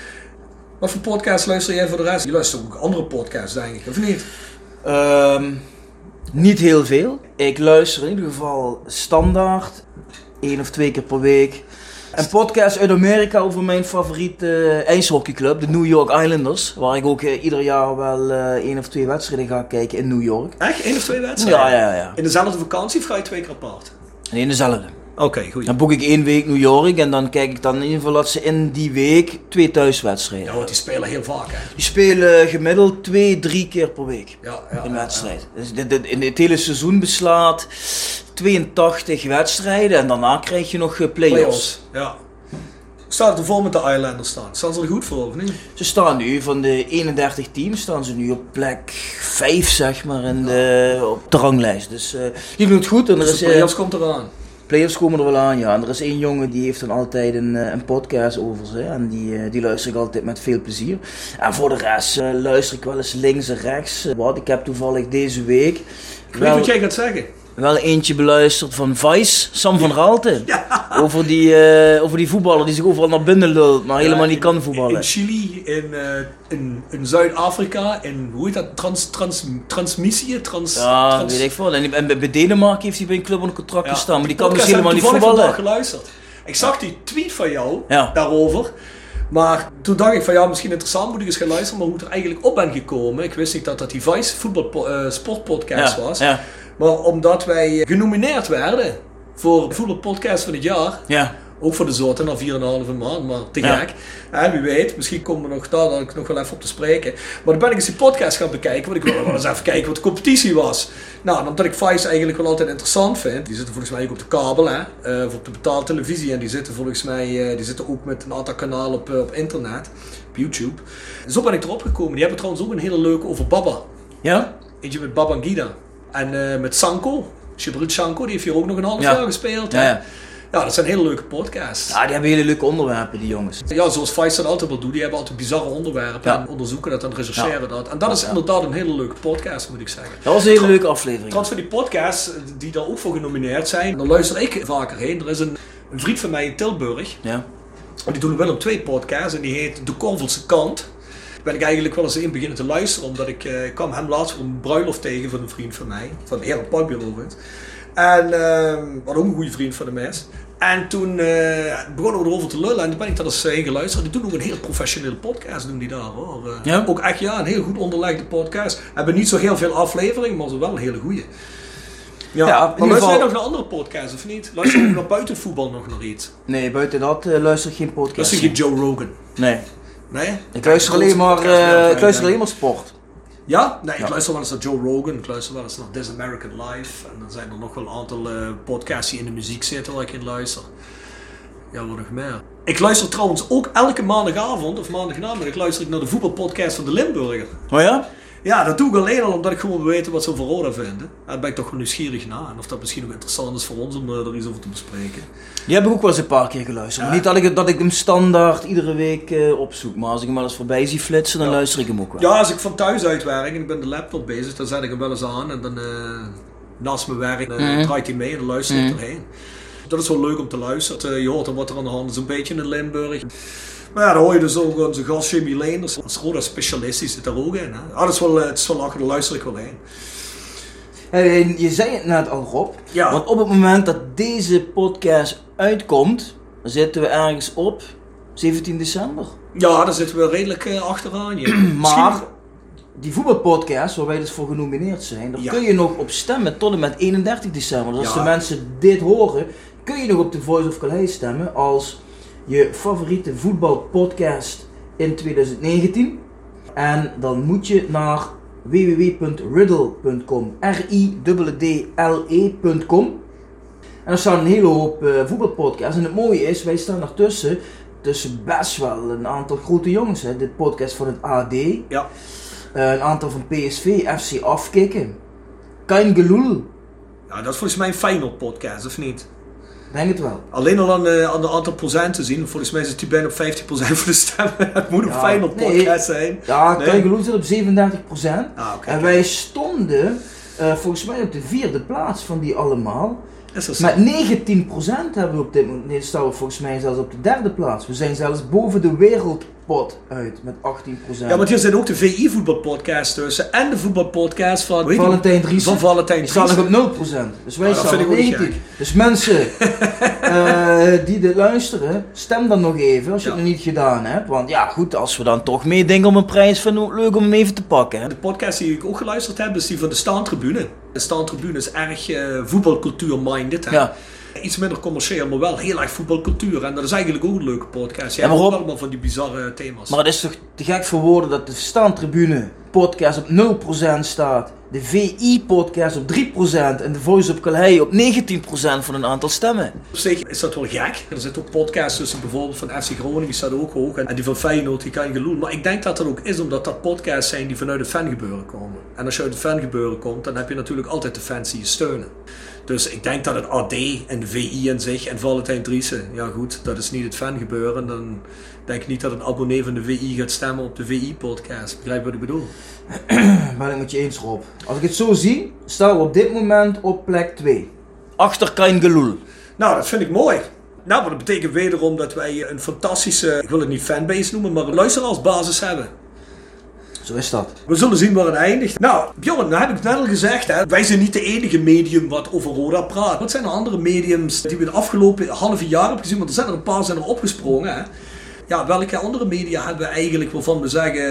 Wat voor podcast luister jij voor de rest? Je luistert ook andere podcasts, denk ik, of niet? Um, niet heel veel. Ik luister in ieder geval standaard, één of twee keer per week. Een podcast uit Amerika over mijn favoriete ijshockeyclub, de New York Islanders. Waar ik ook uh, ieder jaar wel uh, één of twee wedstrijden ga kijken in New York. Echt? Één of twee wedstrijden? Ja, ja, ja. In dezelfde vakantie of ga je twee keer apart? Nee, in dezelfde. Oké, okay, goed. Dan boek ik één week New York en dan kijk ik dan in ieder geval dat ze in die week twee thuiswedstrijden. Ja, want die spelen heel vaak, hè? Die spelen gemiddeld twee, drie keer per week. Ja, ja, een wedstrijd. Ja. Dus dit, dit, in het hele seizoen beslaat tweeëntachtig wedstrijden en daarna krijg je nog play-offs. Play-offs, ja. Staat het ervoor met de Islanders staan? Staan ze er goed voor, of niet? Ze staan nu, van de eenendertig teams, staan ze nu op plek vijf, zeg maar, in de, op de ranglijst. Dus uh, die doen het goed. En dus er is, de play-offs uh, komt eraan? Playoffs komen er wel aan, ja. En er is één jongen die heeft dan altijd een, een podcast over ze. En die, die luister ik altijd met veel plezier. En voor de rest uh, luister ik wel eens links en rechts. Wat, ik heb toevallig deze week... Ik weet wat jij gaat zeggen. Wel eentje beluisterd van Vice, Sam van Raalte. Ja. Over, die, uh, over die voetballer die zich overal naar binnen lult, maar ja, helemaal niet in, kan voetballen. In Chili, in, uh, in, in Zuid-Afrika, in hoe heet dat? Trans, trans, transmissie? Trans, ja, trans... weet ik veel. En, en bij Denemarken heeft hij bij een club onder contract ja. gestaan, maar die kan dus helemaal niet voetballen. voetballen. Ik heb geluisterd. Ik zag die tweet van jou ja. daarover. Maar toen dacht ik van ja, misschien interessant, moet ik eens gaan luisteren, maar hoe ik er eigenlijk op ben gekomen. Ik wist niet dat dat die Vice voetbal uh, sportpodcast ja. was. Ja. Maar omdat wij genomineerd werden voor de voetbalpodcast van het jaar. Ja. Ook voor de Zoten na vier komma vijf maand, maar te Ja. gek. En wie weet, misschien komen we nog daar dan nog wel even op te spreken. Maar dan ben ik eens die podcast gaan bekijken, want ik wil wel eens even kijken wat de competitie was. Nou, en omdat ik Vice eigenlijk wel altijd interessant vind, die zitten volgens mij ook op de kabel, hè, uh, of op de betaalde televisie. En die zitten volgens mij, uh, die zitten ook met een aantal kanalen op, uh, op internet, op YouTube. Zo ben ik erop gekomen. Die hebben trouwens ook een hele leuke over Baba. Ja? Eentje met Babangida. En uh, met Sanko, Shibril Sanko, die heeft hier ook nog een half Ja. jaar gespeeld. Ja, ja. Ja, dat zijn hele leuke podcasts. Ja, die hebben hele leuke onderwerpen, die jongens. Ja, zoals Vice dat altijd wel doet. Die hebben altijd bizarre onderwerpen Ja. en onderzoeken dat en rechercheren Ja. dat. En dat is Ja. inderdaad een hele leuke podcast, moet ik zeggen. Dat was een hele leuke aflevering. Trouwens, van die podcasts die daar ook voor genomineerd zijn, daar luister ik vaker heen. Er is een, een vriend van mij in Tilburg. Ja. En die doen wel op twee podcasts en die heet De Korvelse Kant. Daar ben ik eigenlijk wel eens in beginnen te luisteren, omdat ik, uh, ik kwam hem laatst voor een bruiloft tegen van een vriend van mij. Van Aaron Pakbiel overigens. En uh, wat ook een goede vriend van hem is. En toen uh, begonnen we erover te lullen en toen ben ik daar eens heen geluisterd. Die doen ook een heel professionele podcast, doen die daar hoor. Uh, Ja? Ook echt ja, een heel goed onderlegde podcast. Hebben niet zo heel veel afleveringen, maar ze wel een hele goede. Ja, Ja, in maar ieder luister jij geval- nog naar andere podcasts of niet? Luister je ook naar buiten voetbal nog naar iets? Nee, buiten dat uh, luister ik geen podcast. Luister je Joe Rogan? Nee. Nee? Ik luister alleen maar, uh, ik luister alleen maar sport. Ja? Nee, ik Ja. luister wel eens naar Joe Rogan, ik luister wel eens naar This American Life. En dan zijn er nog wel een aantal uh, podcasts die in de muziek zitten waar ik in luister. Ja, wat nog meer. Ik luister trouwens ook elke maandagavond of maandagnamiddag luister ik naar de voetbalpodcast van de Limburger. Oh ja? Ja, dat doe ik alleen al omdat ik gewoon wil weten wat ze over Roda vinden. Daar ben ik toch wel nieuwsgierig naar. En of dat misschien ook interessant is voor ons om uh, er iets over te bespreken. Die heb ik ook wel eens een paar keer geluisterd. Ja. Maar niet dat ik, dat ik hem standaard iedere week uh, opzoek. Maar als ik hem wel eens voorbij zie flitsen, dan Ja. luister ik hem ook wel. Ja, als ik van thuis uitwerk en ik ben de laptop bezig, dan zet ik hem wel eens aan. En dan uh, naast mijn werk uh, Mhm. draait hij mee en dan luister ik Mhm. erheen. Dat is wel leuk om te luisteren. Uh, je hoort dan wat er aan de hand is, een beetje in Limburg. Maar ja, dan hoor je dus ook onze gast Jimmy Leenders. Als Roda specialist, die zit daar ook in. Hè? Ah, dat is wel, uh, het is wel lachen, daar luister ik wel heen. Hey, je zei het net al, Rob. Ja. Want op het moment dat deze podcast uitkomt, dan zitten we ergens op zeventien december. Ja, daar zitten we redelijk uh, achteraan. Ja. Maar die voetbalpodcast, waar wij dus voor genomineerd zijn, daar Ja. kun je nog op stemmen tot en met eenendertig december. Dus als Ja. de mensen dit horen, kun je nog op de Voice of Calais stemmen als je favoriete voetbalpodcast in twintig negentien. En dan moet je naar w w w punt riddle punt com, R I D D L E punt com. En er staan een hele hoop uh, voetbalpodcasts. En het mooie is, wij staan ertussen, tussen best wel een aantal grote jongens. Hè. De podcast van het A D, Ja. uh, een aantal van P S V, F C Afkikken, Kain Gelul, Ja, dat is volgens mij een Feyenoord podcast, of niet? denk het wel. Alleen al aan, uh, aan de aantal procent te zien. Volgens mij zit hij bijna op vijftig procent van de stemmen. Het moet een Ja, Feyenoord nee. podcast zijn. Ja, Nee. Kain Gelul zit op zevenendertig procent. Ah, oké. En wij stonden uh, volgens mij op de vierde plaats van die allemaal. Is dat zo? Met negentien procent hebben we op dit moment, nee, staan we volgens mij zelfs op de derde plaats. We zijn zelfs boven de wereldpot uit met achttien procent. Ja, want hier zit ook de V I-voetbalpodcast tussen. En de voetbalpodcast van... hoe heet die? Valentijn Driessen. Van Valentijn Die staan nog Driessen. op nul procent. Dus wij Ah, dat staan vind op ik ook niet negentien. Dus mensen uh, die dit luisteren, stem dan nog even als je Ja. het nog niet gedaan hebt. Want ja, goed, als we dan toch meedenken om een prijs, vinden we het leuk om hem even te pakken. Hè? De podcast die ik ook geluisterd heb, is die van de Staantribune. De Staantribune is erg uh, voetbalcultuur-minded. Hè? Ja. Iets minder commercieel, maar wel heel erg voetbalcultuur. En dat is eigenlijk ook een leuke podcast. Je Ja, hebt maar ook Rob- allemaal van die bizarre thema's. Maar het is toch te gek voor woorden dat de Staantribune podcast op nul procent staat. De V I-podcast op drie procent en de Voice of Calais op negentien procent van een aantal stemmen. Op zich is dat wel gek. Er zitten ook podcasts tussen, bijvoorbeeld van F C Groningen, die staat ook hoog. En die van Feyenoord, die kan je geloen. Maar ik denk dat dat ook is omdat dat podcasts zijn die vanuit het fangebeuren komen. En als je uit het fangebeuren komt, dan heb je natuurlijk altijd de fans die je steunen. Dus ik denk dat het A D en de V I in zich en Valentijn Driessen, ja goed, dat is niet het fangebeuren. Dan denk ik niet dat een abonnee van de V I gaat stemmen op de V I-podcast. Begrijp je wat ik bedoel? Ben ik met je eens, Rob. Als ik het zo zie, staan we op dit moment op plek twee. Achter Kain Gelul. Nou, dat vind ik mooi. Nou, maar dat betekent wederom dat wij een fantastische, ik wil het niet fanbase noemen, maar een luisteraarsbasis hebben. Zo is dat. We zullen zien waar het eindigt. Nou, Bjorn, nou heb ik net al gezegd, hè, wij zijn niet de enige medium wat over Roda praat. Wat zijn er andere mediums die we de afgelopen halve jaar hebben gezien? Want er zijn er een paar zijn er opgesprongen. Hè. Ja, welke andere media hebben we eigenlijk waarvan we zeggen,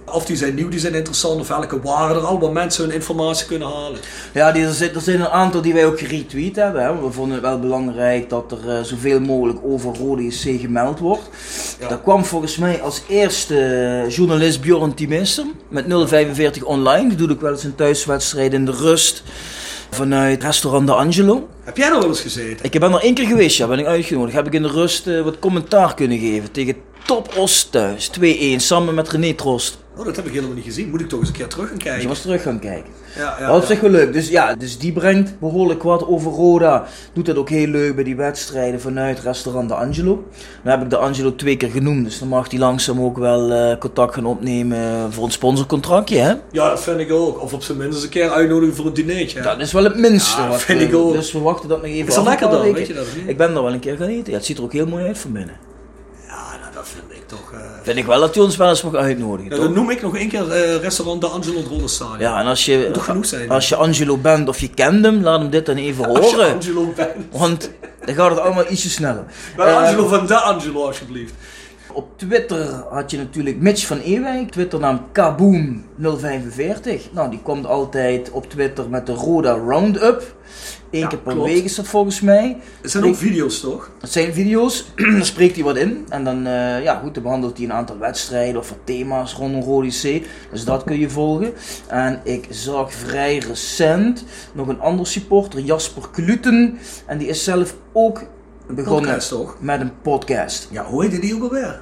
Of die zijn nieuw, die zijn interessant, of welke waren er allemaal mensen hun informatie kunnen halen. Ja, die, er, zijn, er zijn een aantal die wij ook geretweet hebben. Hè. We vonden het wel belangrijk dat er uh, zoveel mogelijk over Rode J C gemeld wordt. Ja. Daar kwam volgens mij als eerste journalist Bjorn Timister met nul vijfenveertig online. Die doet ook wel eens een thuiswedstrijd in de rust vanuit restaurant De Angelo. Heb jij nog wel eens gezeten? Ik ben er één keer geweest, ja, ben ik uitgenodigd. Heb ik in de rust uh, wat commentaar kunnen geven tegen Top Os thuis. twee-een, samen met René Trost. Oh, dat heb ik helemaal niet gezien. Moet ik toch eens een keer terug gaan kijken? Je was terug gaan kijken. Ja, ja, dat is ja. echt wel leuk. Dus ja, dus die brengt behoorlijk wat over Roda. Doet dat ook heel leuk bij die wedstrijden vanuit restaurant De Angelo. Dan heb ik De Angelo twee keer genoemd. Dus dan mag hij langzaam ook wel uh, contact gaan opnemen voor een sponsorcontractje, hè? Ja, dat vind ik ook. Of op zijn minst eens een keer uitnodigen voor een dinertje. Hè? Dat is wel het minste. Ja, wat, vind uh, ik ook. Dus we wachten dat nog even. Is dat lekker dan? Weet je dat niet? Ik ben er wel een keer gaan eten. Ja, het ziet er ook heel mooi uit van binnen. Ja, nou, dat vind ik toch... Uh... Vind ik wel dat hij ons wel eens mag uitnodigen. Ja, toch? dan noem ik nog één keer uh, restaurant De Angelo het Rode Stadion. Ja, en als je, toch genoeg zijn, als je Angelo bent of je kent hem, laat hem dit dan even horen. Als je Angelo bent. Want dan gaat het allemaal ietsje sneller. Maar uh, Angelo van De Angelo, alsjeblieft. Op Twitter had je natuurlijk Mitch van Ewijk, Twitternaam Kaboom nul vijfenveertig. Nou, die komt altijd op Twitter met de Roda Roundup. Eén ja, keer per klopt. week is dat volgens mij. Het zijn ook video's, toch? Het zijn video's, dan spreekt hij wat in. En dan, uh, ja goed, dan behandelt hij een aantal wedstrijden of wat thema's rondom Rode J C. Dus dat kun je volgen. En ik zag vrij recent nog een ander supporter, Jasper Kluten. En die is zelf ook begonnen podcast, toch? Met een podcast. Ja, hoe heet die ook alweer?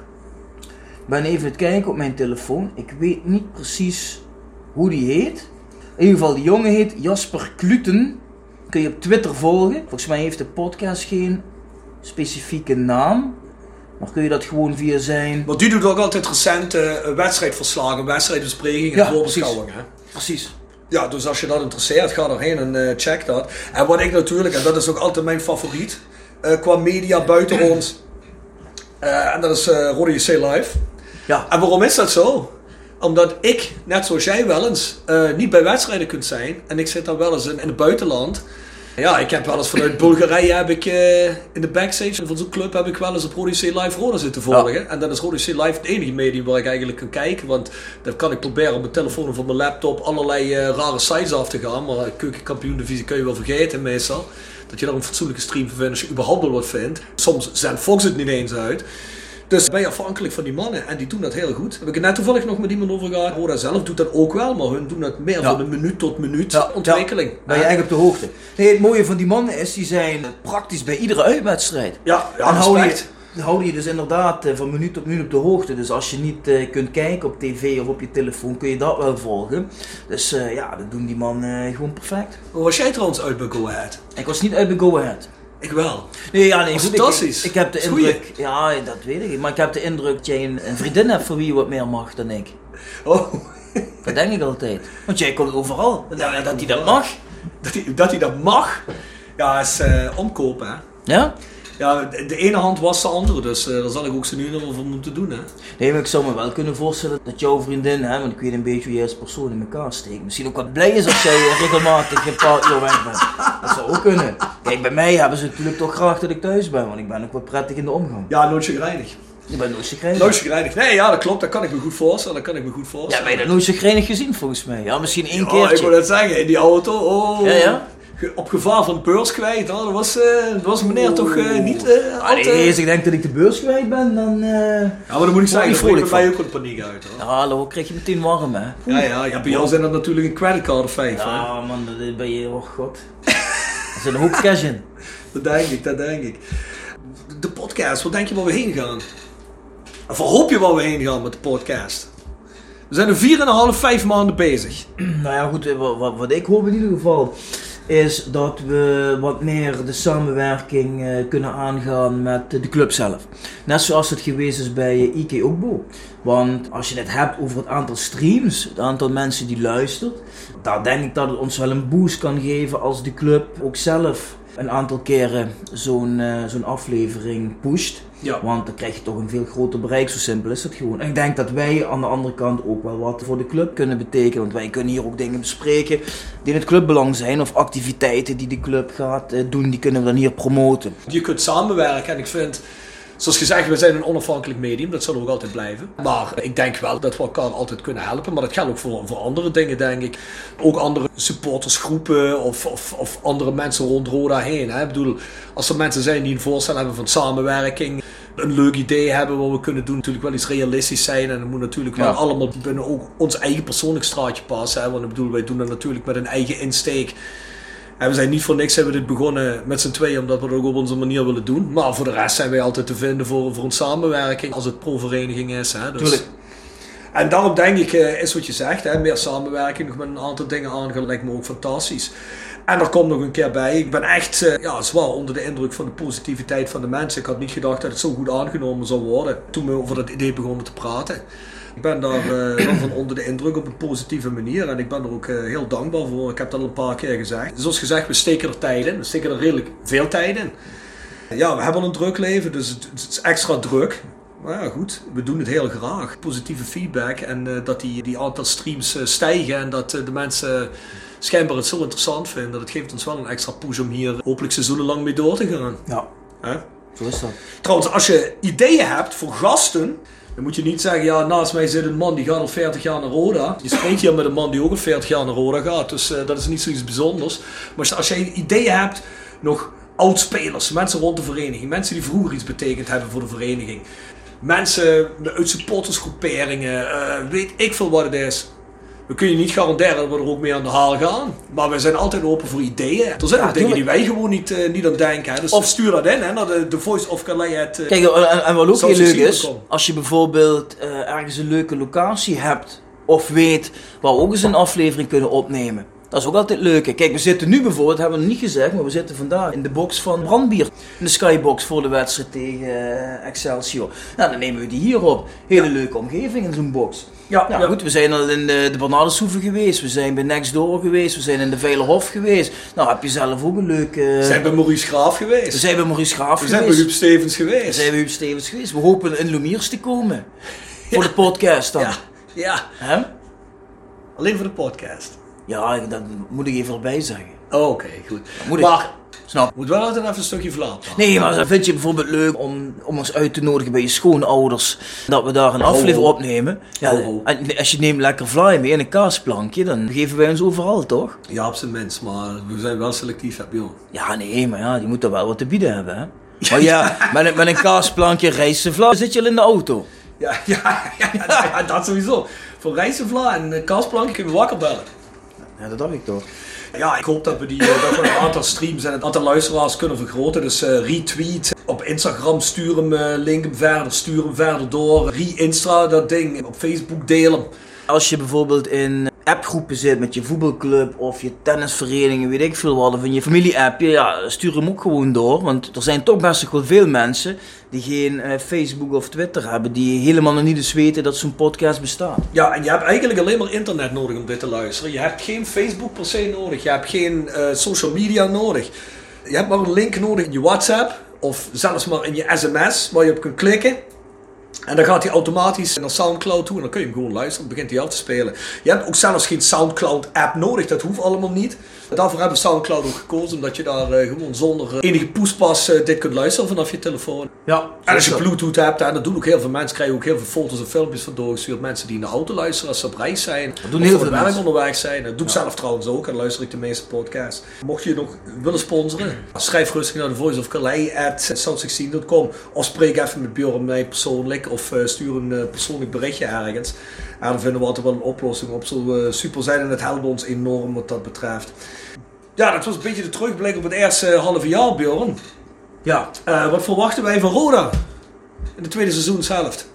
Ik ben even het kijken op mijn telefoon. Ik weet niet precies hoe die heet. In ieder geval, die jongen heet Jasper Kluten. Kun je op Twitter volgen. Volgens mij heeft de podcast geen specifieke naam. Maar kun je dat gewoon via zijn... Want die doet ook altijd recente uh, wedstrijdverslagen, wedstrijdbesprekingen ja, en voorbeschouwingen. Precies. Ja, dus als je dat interesseert, ga erheen en uh, check dat. En wat ik natuurlijk, en dat is ook altijd mijn favoriet, uh, qua media buiten ons. Uh, en dat is uh, Rode J C Live. Ja. En waarom is dat zo? Omdat ik, net zoals jij wel eens, uh, niet bij wedstrijden kunt zijn. En ik zit dan wel eens in, in het buitenland. Ja, ik heb wel eens vanuit Bulgarije heb ik uh, in de backstage van zo'n club heb ik wel eens op Rode J C Live Roda zitten volgen. Ja. En dan is Rode J C Live het enige medium waar ik eigenlijk kan kijken. Want dan kan ik proberen op mijn telefoon of op mijn laptop allerlei uh, rare sites af te gaan. Maar keukenkampioen divisie kun je wel vergeten meestal. Dat je daar een fatsoenlijke stream van vindt als je überhaupt wel wat vindt. Soms zendt Fox het niet eens uit. Dus ben je afhankelijk van die mannen en die doen dat heel goed. Heb ik het net toevallig nog met iemand over gehad. Roda zelf doet dat ook wel, maar hun doen dat meer ja. van de minuut tot minuut ja. ontwikkeling. Ja. Ben je eigenlijk op de hoogte. Nee, het mooie van die mannen is, die zijn praktisch bij iedere uitwedstrijd. Ja, ja en houden je, houden je dus inderdaad van minuut tot minuut op de hoogte. Dus als je niet uh, kunt kijken op tv of op je telefoon, kun je dat wel volgen. Dus uh, ja, dat doen die mannen uh, gewoon perfect. Hoe was jij trouwens uit bij Go Ahead? Ik was niet uit bij Go Ahead. Ik wel. Nee, ja, nee, goed, fantastisch. Ik, ik heb de indruk, ja, dat weet ik. Maar ik heb de indruk dat jij een, een vriendin hebt voor wie je wat meer mag dan ik. Oh. Dat denk ik altijd. Want jij komt overal. Ja, dat hij dat mag. Dat hij dat, dat mag? Ja, is uh, omkopen, hè? Ja? Ja, de, de ene hand was de andere, dus uh, daar zal ik ook zo nu nog voor moeten doen, hè? Nee, maar ik zou me wel kunnen voorstellen dat jouw vriendin, hè, want ik weet een beetje hoe jij als persoon in elkaar steekt, misschien ook wat blij is als jij regelmatig een paar uur weg bent. Dat zou ook kunnen. Kijk, bij mij hebben ze natuurlijk toch graag dat ik thuis ben, want ik ben ook wat prettig in de omgang. Ja, nooit chagrijnig. Je bent nooit chagrijnig. Nooit chagrijnig. Nee, ja, dat klopt. Dat kan ik me goed voorstellen. Dat kan ik me goed voorstellen. Ja, ben je dat nooit chagrijnig gezien volgens mij? Ja, misschien één ja, keertje. Ik wil dat zeggen, in die auto. Oh. Ja, ja. Op gevaar van de beurs kwijt, dat was, uh, dat was meneer oh. toch uh, niet uh, ah, nee, altijd... Als ik denk dat ik de beurs kwijt ben, dan... Uh, ja, maar dan moet ik zeggen, dan breekt bij mij ook een paniek uit, hoor. Ja, hallo, krijg je meteen warm, hè? Ja, ja, ja, bij jou zijn dat natuurlijk een creditcard of vijf, ja, hè? Ja, man, dat ben je, oh god. Er zit een hoop cash in. Dat denk ik, dat denk ik. De podcast, wat denk je waar we heen gaan? Of hoop je waar we heen gaan met de podcast? We zijn er vier en een half, vijf maanden bezig. Nou ja, goed, wat, wat ik hoop in ieder geval... is dat we wat meer de samenwerking uh, kunnen aangaan met de club zelf. Net zoals het geweest is bij uh, I K Ogbo. Want als je het hebt over het aantal streams, het aantal mensen die luistert, dan denk ik dat het ons wel een boost kan geven als de club ook zelf een aantal keren zo'n uh, zo'n aflevering pusht. Ja. Want dan krijg je toch een veel groter bereik, zo simpel is het gewoon. En ik denk dat wij aan de andere kant ook wel wat voor de club kunnen betekenen. Want wij kunnen hier ook dingen bespreken die in het clubbelang zijn. Of activiteiten die de club gaat doen, die kunnen we dan hier promoten. Je kunt samenwerken en ik vind Zoals gezegd, we zijn een onafhankelijk medium, dat zullen we ook altijd blijven. Maar ik denk wel dat we elkaar altijd kunnen helpen. Maar dat geldt ook voor, voor andere dingen, denk ik. Ook andere supportersgroepen of, of, of andere mensen rond Roda heen. Hè. Ik bedoel, als er mensen zijn die een voorstel hebben van samenwerking, een leuk idee hebben wat we kunnen doen, natuurlijk wel iets realistisch zijn. En het moet natuurlijk wel ja. allemaal binnen ook ons eigen persoonlijk straatje passen. Hè. Want ik bedoel, wij doen dat natuurlijk met een eigen insteek. En we zijn niet voor niks hebben we dit begonnen met z'n tweeën, omdat we het ook op onze manier willen doen. Maar voor de rest zijn wij altijd te vinden voor, voor een samenwerking als het pro-vereniging is. Hè. Dus, en daarom denk ik, is wat je zegt, hè, meer samenwerking, nog met een aantal dingen aangaan, lijkt me ook fantastisch. En er komt nog een keer bij, ik ben echt ja, zwaar onder de indruk van de positiviteit van de mensen. Ik had niet gedacht dat het zo goed aangenomen zou worden toen we over dat idee begonnen te praten. Ik ben daar uh, wel van onder de indruk op een positieve manier en ik ben er ook uh, heel dankbaar voor. Ik heb dat al een paar keer gezegd. Zoals gezegd, we steken er tijd in. We steken er redelijk veel tijd in. Ja, we hebben een druk leven, dus het, het is extra druk. Maar ja, goed, we doen het heel graag. Positieve feedback en uh, dat die, die aantal streams uh, stijgen en dat uh, de mensen uh, schijnbaar het zo interessant vinden. Dat geeft ons wel een extra push om hier hopelijk seizoenenlang mee door te gaan. Ja, huh? Zo is dat. Trouwens, als je ideeën hebt voor gasten, dan moet je niet zeggen, ja, naast mij zit een man die gaat al veertig jaar naar Roda. Je spreekt hier met een man die ook al veertig jaar naar Roda gaat, dus uh, dat is niet zoiets bijzonders. Maar als je ideeën hebt, nog oudspelers, mensen rond de vereniging, mensen die vroeger iets betekend hebben voor de vereniging, mensen uit supportersgroeperingen, uh, weet ik veel wat het is. We kunnen je niet garanderen dat we er ook mee aan de haal gaan. Maar we zijn altijd open voor ideeën. Er zijn ja, ook dingen die wij gewoon niet, uh, niet aan denken. Hè. Dus of stuur dat in hè, naar de, de Voice of Calais. Uh, Kijk, en, en wat ook heel leuk is, komen. Als je bijvoorbeeld uh, ergens een leuke locatie hebt of weet waar we ook eens een aflevering kunnen opnemen. Dat is ook altijd leuk. Kijk, we zitten nu bijvoorbeeld, hebben we nog niet gezegd, maar we zitten vandaag in de box van Brandbier. In de Skybox voor de wedstrijd tegen uh, Excelsior. Nou, dan nemen we die hier op. Hele ja. leuke omgeving in zo'n box. Ja, ja, ja, goed, we zijn al in de, de Bernardeshoeve geweest, we zijn bij Nextdoor geweest, we zijn in de Veilerhof geweest. Nou, heb je zelf ook een leuke... Uh... We zijn bij Maurice Graaf geweest. We zijn bij Maurice Graaf we geweest. We zijn bij Huub Stevens geweest. We zijn bij Huub Stevens geweest. We hopen in Lumiers te komen. Ja. Voor de podcast dan. Ja, ja. Hè? Alleen voor de podcast. Ja, dat moet ik even erbij zeggen. Oh, oké, okay, goed. Moet maar, ik... Snap. Moet wel altijd even een stukje vlaat. Nee, maar dan vind je bijvoorbeeld leuk om, om ons uit te nodigen bij je schoonouders. Dat we daar een oh, aflevering opnemen. Ja, oh, oh. En als je neemt lekker vlaai mee en een kaasplankje, dan geven wij ons overal, toch? Ja, op zijn minst, maar we zijn wel selectief, hè, joh. Ja, nee, maar ja, die moet er wel wat te bieden hebben, hè. Maar ja, met een, met een kaasplankje, rijstevla, zit je al in de auto. Ja, ja, ja, ja, ja dat sowieso. Voor rijstevla en een kaasplankje kun je wakker bellen. Ja, dat dacht ik toch. Ja, ik hoop dat we, die, dat we een aantal streams en het aantal luisteraars kunnen vergroten. Dus uh, retweet, op Instagram stuur hem, uh, link hem verder, stuur hem verder door. Re-instra dat ding, op Facebook delen. Als je bijvoorbeeld in appgroepen zit met je voetbalclub of je tennisvereniging, weet ik veel wat, of in je familie-appje, ja, stuur hem ook gewoon door. Want er zijn toch best wel veel mensen die geen uh, Facebook of Twitter hebben, die helemaal nog niet eens weten dat zo'n podcast bestaat. Ja, en je hebt eigenlijk alleen maar internet nodig om dit te luisteren. Je hebt geen Facebook per se nodig, je hebt geen uh, social media nodig. Je hebt maar een link nodig in je WhatsApp of zelfs maar in je sms waar je op kunt klikken. En dan gaat hij automatisch naar Soundcloud toe en dan kun je hem gewoon luisteren. Dan begint hij af te spelen. Je hebt ook zelfs geen Soundcloud app nodig. Dat hoeft allemaal niet. Daarvoor hebben we Soundcloud ook gekozen. Omdat je daar uh, gewoon zonder uh, enige poespas uh, dit kunt luisteren vanaf je telefoon. Ja, en als je Bluetooth hebt, hè, dat doen ook heel veel mensen. Krijgen ook heel veel foto's en filmpjes van doorgestuurd. Mensen die in de auto luisteren als ze op reis zijn. Dat doen heel veel werk onderweg zijn. Dat doe ik ja. zelf trouwens ook. En luister ik de meeste podcasts. Mocht je nog willen sponsoren, schrijf rustig naar de Voice of Calais at south sixteen dot com. Of spreek even met Björn mij persoonlijk. Of uh, stuur een uh, persoonlijk berichtje ergens. En dan vinden we altijd wel een oplossing op. Zou uh, super zijn en het helpt ons enorm wat dat betreft. Ja, dat was een beetje de terugblik op het eerste halve jaar, Björn. Ja. Uh, wat verwachten wij van Roda in de tweede seizoenshelft?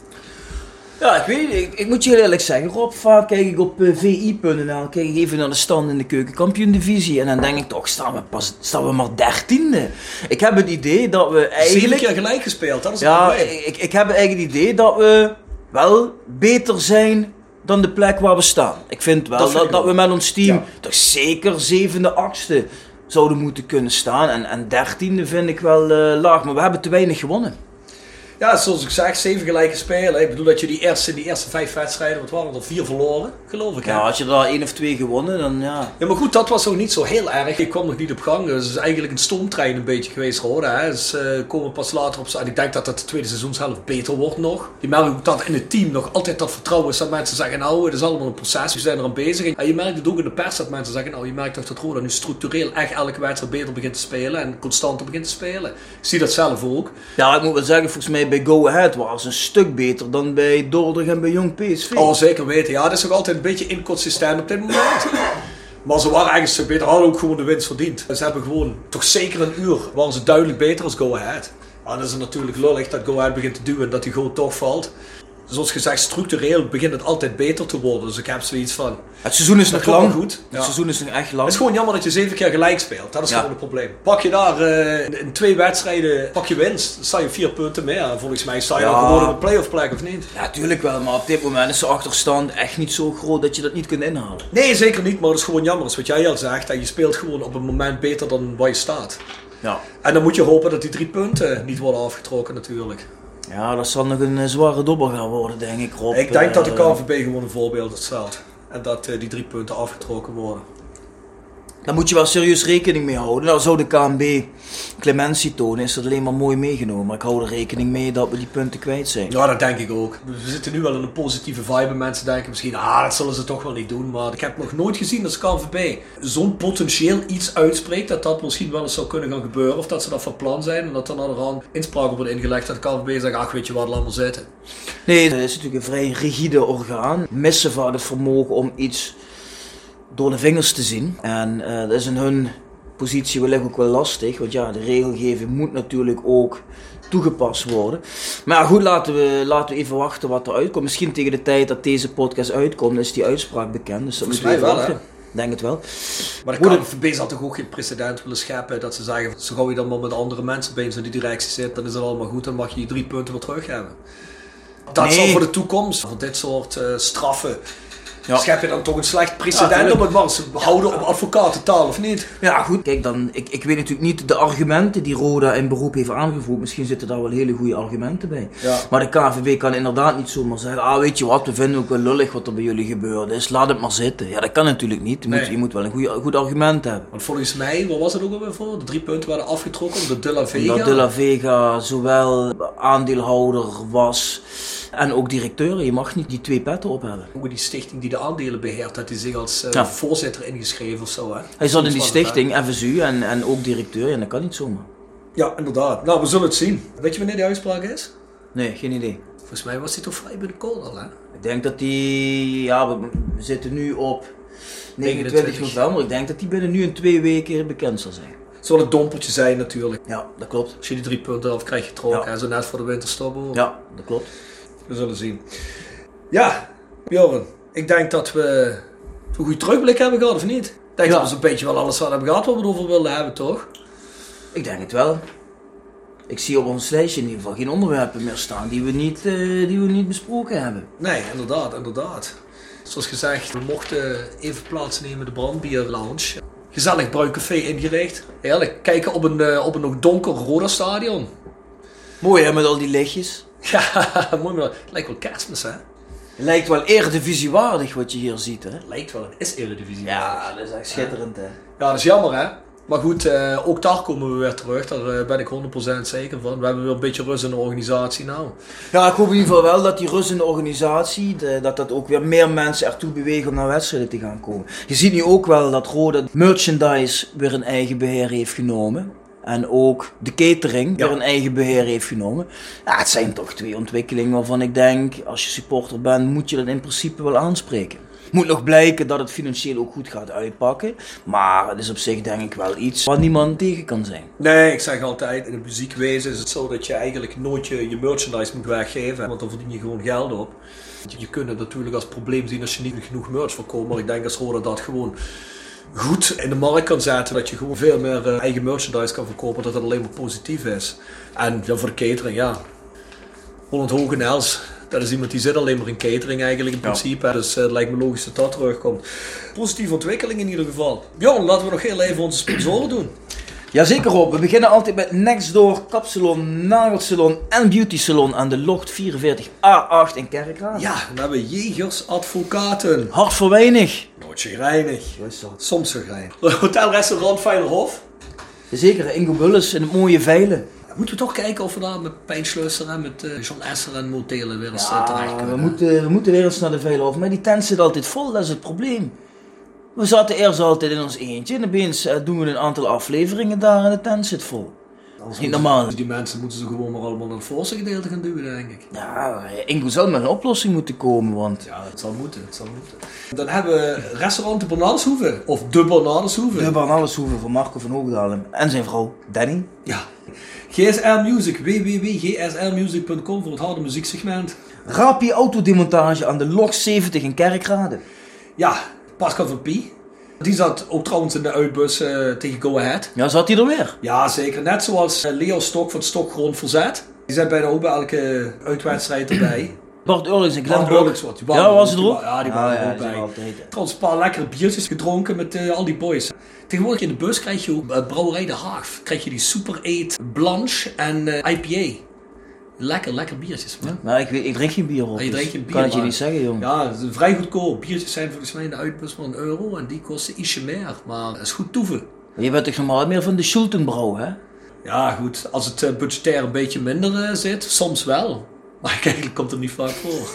Ja, ik weet niet. Ik, ik moet je heel eerlijk zeggen, Rob, vaak kijk ik op uh, v i punt n l, kijk ik even naar de stand in de keukenkampioen-divisie en dan denk ik toch, staan we, pas, staan we maar dertiende. Ik heb het idee dat we eigenlijk... Zeven keer gelijk gespeeld, dat is het ja, probleem. Ik, ik heb eigenlijk het idee dat we wel beter zijn dan de plek waar we staan. Ik vind wel dat, dat, dat we met ons team ja. toch zeker zevende, achtste zouden moeten kunnen staan. En, en dertiende vind ik wel uh, laag, maar we hebben te weinig gewonnen. Ja, zoals ik zeg, zeven gelijke spelen. Ik bedoel dat je die eerste, die eerste vijf wedstrijden, wat waren er, vier verloren, geloof ik. Hè? Ja, als je er één of twee gewonnen, dan ja. Ja, maar goed, dat was ook niet zo heel erg. Ik kwam nog niet op gang. Dus het is eigenlijk een stoomtrein een beetje geweest, Roda. Hè? Dus uh, komen pas later op. En ik denk dat dat de tweede seizoenshelft beter wordt nog. Je merkt ook dat in het team nog altijd dat vertrouwen is. Dat mensen zeggen, nou, het is allemaal een proces. We zijn er aan bezig. En je merkt het ook in de pers dat mensen zeggen, nou, je merkt toch dat Roda nu structureel echt elke wedstrijd beter begint te spelen. En constanter begint te spelen. Ik zie dat zelf ook. Ja, ik moet wel zeggen, volgens mij bij Go Ahead was een stuk beter dan bij Dordrecht en bij Jong P S V. Oh, zeker weten. Ja, dat is ook altijd een beetje inconsistent op dit moment. Maar ze waren eigenlijk een stuk beter, hadden ook gewoon de winst verdiend. Ze hebben gewoon toch zeker een uur, waren ze duidelijk beter als Go Ahead. Ja, dan is het natuurlijk lullig dat Go Ahead begint te duwen en dat die goal toch valt. Zoals gezegd, structureel begint het altijd beter te worden. Dus ik heb zoiets van... Het seizoen is nog lang. Goed. Het ja. seizoen is nog echt lang. Het is gewoon jammer dat je zeven keer gelijk speelt. Dat is ja. gewoon het probleem. Pak je daar uh, in, in twee wedstrijden, pak je winst, dan sta je vier punten meer. En volgens mij sta je ja. dan gewoon op een play-off plek, of niet? Ja, tuurlijk wel. Maar op dit moment is de achterstand echt niet zo groot dat je dat niet kunt inhalen. Nee, zeker niet. Maar het is gewoon jammer. Dat is wat jij al zegt. En je speelt gewoon op een moment beter dan waar je staat. Ja. En dan moet je hopen dat die drie punten niet worden afgetrokken natuurlijk. Ja, dat zal nog een uh, zware dobbel gaan worden, denk ik, Rob. Ik denk uh, dat de K N V B gewoon een voorbeeld stelt. En dat uh, die drie punten afgetrokken worden. Daar moet je wel serieus rekening mee houden. Nou, zou de K N B clementie tonen, is dat alleen maar mooi meegenomen. Maar ik hou er rekening mee dat we die punten kwijt zijn. Ja, dat denk ik ook. We zitten nu wel in een positieve vibe. Mensen denken misschien, ah, dat zullen ze toch wel niet doen. Maar ik heb nog nooit gezien dat de K N V B zo'n potentieel iets uitspreekt. Dat dat misschien wel eens zou kunnen gaan gebeuren. Of dat ze dat van plan zijn. En dat dan aan inspraak wordt ingelegd. Dat de K N V B zegt, ach, weet je wat, laat maar zitten. Nee, het is natuurlijk een vrij rigide orgaan. Missen vaak het vermogen om iets door de vingers te zien. En uh, dat is in hun positie wellicht ook wel lastig. Want ja, de regelgeving moet natuurlijk ook toegepast worden. Maar goed, laten we, laten we even wachten wat eruit komt. Misschien tegen de tijd dat deze podcast uitkomt, is die uitspraak bekend. Dus dat moeten we even wel, wachten. Hè? Denk het wel. Maar de K N V B zal toch ook geen precedent willen scheppen dat ze zeggen, zo gauw je dan maar met andere mensen bij in die directie zit, dan is het allemaal goed, dan mag je je drie punten weer terug hebben. Dat nee. zal voor de toekomst, voor dit soort uh, straffen, ja. schep je dan toch een slecht precedent ja, om het maar te houden op advocatentaal, of niet? Ja goed, kijk dan, ik, ik weet natuurlijk niet de argumenten die Roda in beroep heeft aangevoerd, misschien zitten daar wel hele goede argumenten bij. Ja. Maar de K N V B kan inderdaad niet zomaar zeggen, ah weet je wat, we vinden ook wel lullig wat er bij jullie gebeurd is, laat het maar zitten. Ja, dat kan natuurlijk niet, je, nee. moet, je moet wel een goede, goed argument hebben. Want volgens mij, wat was het ook alweer voor? De drie punten werden afgetrokken omdat De La Vega? Omdat De La Vega zowel aandeelhouder was en ook directeur, je mag niet die twee petten op hebben. Ook die stichting die de aandelen beheert, dat hij zich als uh, ja. voorzitter ingeschreven of zo. Hè? Hij zat in die stichting, F S U, en, en ook directeur, en dat kan niet zomaar. Ja, inderdaad. Nou, we zullen het zien. Weet je wanneer die uitspraak is? Nee, geen idee. Volgens mij was hij toch vrij binnenkort al, hè? Ik denk dat die, ja, we, we zitten nu op negenentwintig november, ik denk dat die binnen nu in twee weken bekend zal zijn. Het zal een dompertje zijn natuurlijk. Ja, dat klopt. Als je die drie punten af krijg je getrokken, ja. Zo net voor de winterstop. Hoor. Ja, dat klopt. We zullen zien. Ja, Bjorn, ik denk dat we een goede terugblik hebben gehad, of niet? Ik denk ja. dat we zo'n beetje wel alles wat hebben gehad wat we erover wilden hebben, toch? Ik denk het wel. Ik zie op ons lijstje in ieder geval geen onderwerpen meer staan die we niet, uh, die we niet besproken hebben. Nee, inderdaad, inderdaad. Zoals gezegd, we mochten even plaatsnemen in de Brandbier Lounge. Gezellig bruin café ingericht. Heerlijk, kijken op een, uh, op een nog donker Roda stadion. Mooi hè, met al die lichtjes. Ja, mooi, maar het lijkt wel kerstmis, hè? Het lijkt wel eredivisiewaardig wat je hier ziet, hè? Het lijkt wel, het is eredivisiewaardig. Ja, dat is echt schitterend, hè? Ja, dat is jammer, hè? Maar goed, uh, ook daar komen we weer terug. Daar uh, ben ik honderd procent zeker van. We hebben weer een beetje rust in de organisatie nou. Ja, ik hoop in ieder geval wel dat die rust in de organisatie, de, dat dat ook weer meer mensen ertoe bewegen om naar wedstrijden te gaan komen. Je ziet nu ook wel dat Roda merchandise weer een eigen beheer heeft genomen. En ook de catering ja. weer een eigen beheer heeft genomen. Ja, het zijn toch twee ontwikkelingen waarvan ik denk, als je supporter bent, moet je dat in principe wel aanspreken. Moet nog blijken dat het financieel ook goed gaat uitpakken. Maar het is op zich denk ik wel iets waar niemand tegen kan zijn. Nee, ik zeg altijd, in het muziekwezen is het zo dat je eigenlijk nooit je, je merchandise moet weggeven. Want dan verdien je gewoon geld op. Je kunt het natuurlijk als probleem zien als je niet genoeg merch verkoopt. Maar ik denk dat Roda dat gewoon goed in de markt kan zetten. Dat je gewoon veel meer uh, eigen merchandise kan verkopen. Dat dat alleen maar positief is. En ja, voor de catering, ja. Holland Hogenels. Dat is iemand die zit alleen maar in catering eigenlijk in principe. Ja. Dus uh, het lijkt me logisch dat dat terugkomt. Positieve ontwikkeling in ieder geval. Bjorn, laten we nog heel even onze sponsoren doen. Jazeker Rob, we beginnen altijd met Nextdoor Kapsalon, Nagelsalon en Beauty Salon aan de Locht vierenveertig A acht in Kerkrade. Ja, dan hebben we Jegers Advocaten. Hart voor weinig. Nooit chagrijnig. Zo is dat. Soms chagrijnig. Hotelrestaurant Veilerhof. Zeker, Ingo Bulles in het mooie Veilen. Moeten we toch kijken of we daar met Pijnschleuster en met uh, John Esser en Motelen weer eens Ja, terecht kunnen. we moeten, we moeten weer eens naar de Veilerhof, maar die tent zit altijd vol, dat is het probleem. We zaten eerst altijd in ons eentje en opeens uh, doen we een aantal afleveringen daar en de tent zit vol. Dat is niet normaal. Dus die mensen moeten ze gewoon maar allemaal naar het voorste gedeelte gaan duwen, denk ik. Ja, Ingo zal met een oplossing moeten komen, want... Ja, het zal moeten, het zal moeten. Dan hebben we restaurant De Bernardeshoeve, of De Bernardeshoeve. De Bernardeshoeve van Marco van Hoogdalen en zijn vrouw Danny. Ja. G S R Music, w w w punt g s r music punt com voor het harde muzieksegment. Rapi autodemontage aan de Log zeventig in Kerkrade. Ja, Pascal van Pie. Die zat ook trouwens in de uitbus uh, tegen Go Ahead. Ja, zat hij er weer? Ja, zeker. Net zoals uh, Leo Stok van Stok Grond Verzet. Die zijn bijna ook bij elke uitwedstrijd erbij. Bart Eurlings en Glenn Bart Brok. Eurlings, wat, die waren Ja, er was ook. het er ook? Ja, die Ah, waren ja, er ook die zijn bij. altijd, ja. Trouwens, een paar lekkere biertjes gedronken met uh, al die boys. Tegenwoordig in de bus krijg je ook uh, Brouwerij De Haag. Krijg je die Super eight Blanche en uh, I P A. Lekker, lekker biertjes, man. Nou, ik, weet, ik drink geen bier op. Ah, je dus drinkt geen bier, kan het je maar- niet zeggen, jongen. Ja, het is vrij goedkoop. Biertjes zijn volgens mij in de uitbus maar een euro en die kosten ietsje meer. Maar het is goed toeven. Je bent toch normaal meer van de Schultenbrouw, hè? Ja, goed. Als het uh, budgetair een beetje minder uh, zit, soms wel. Maar eigenlijk komt het niet vaak voor.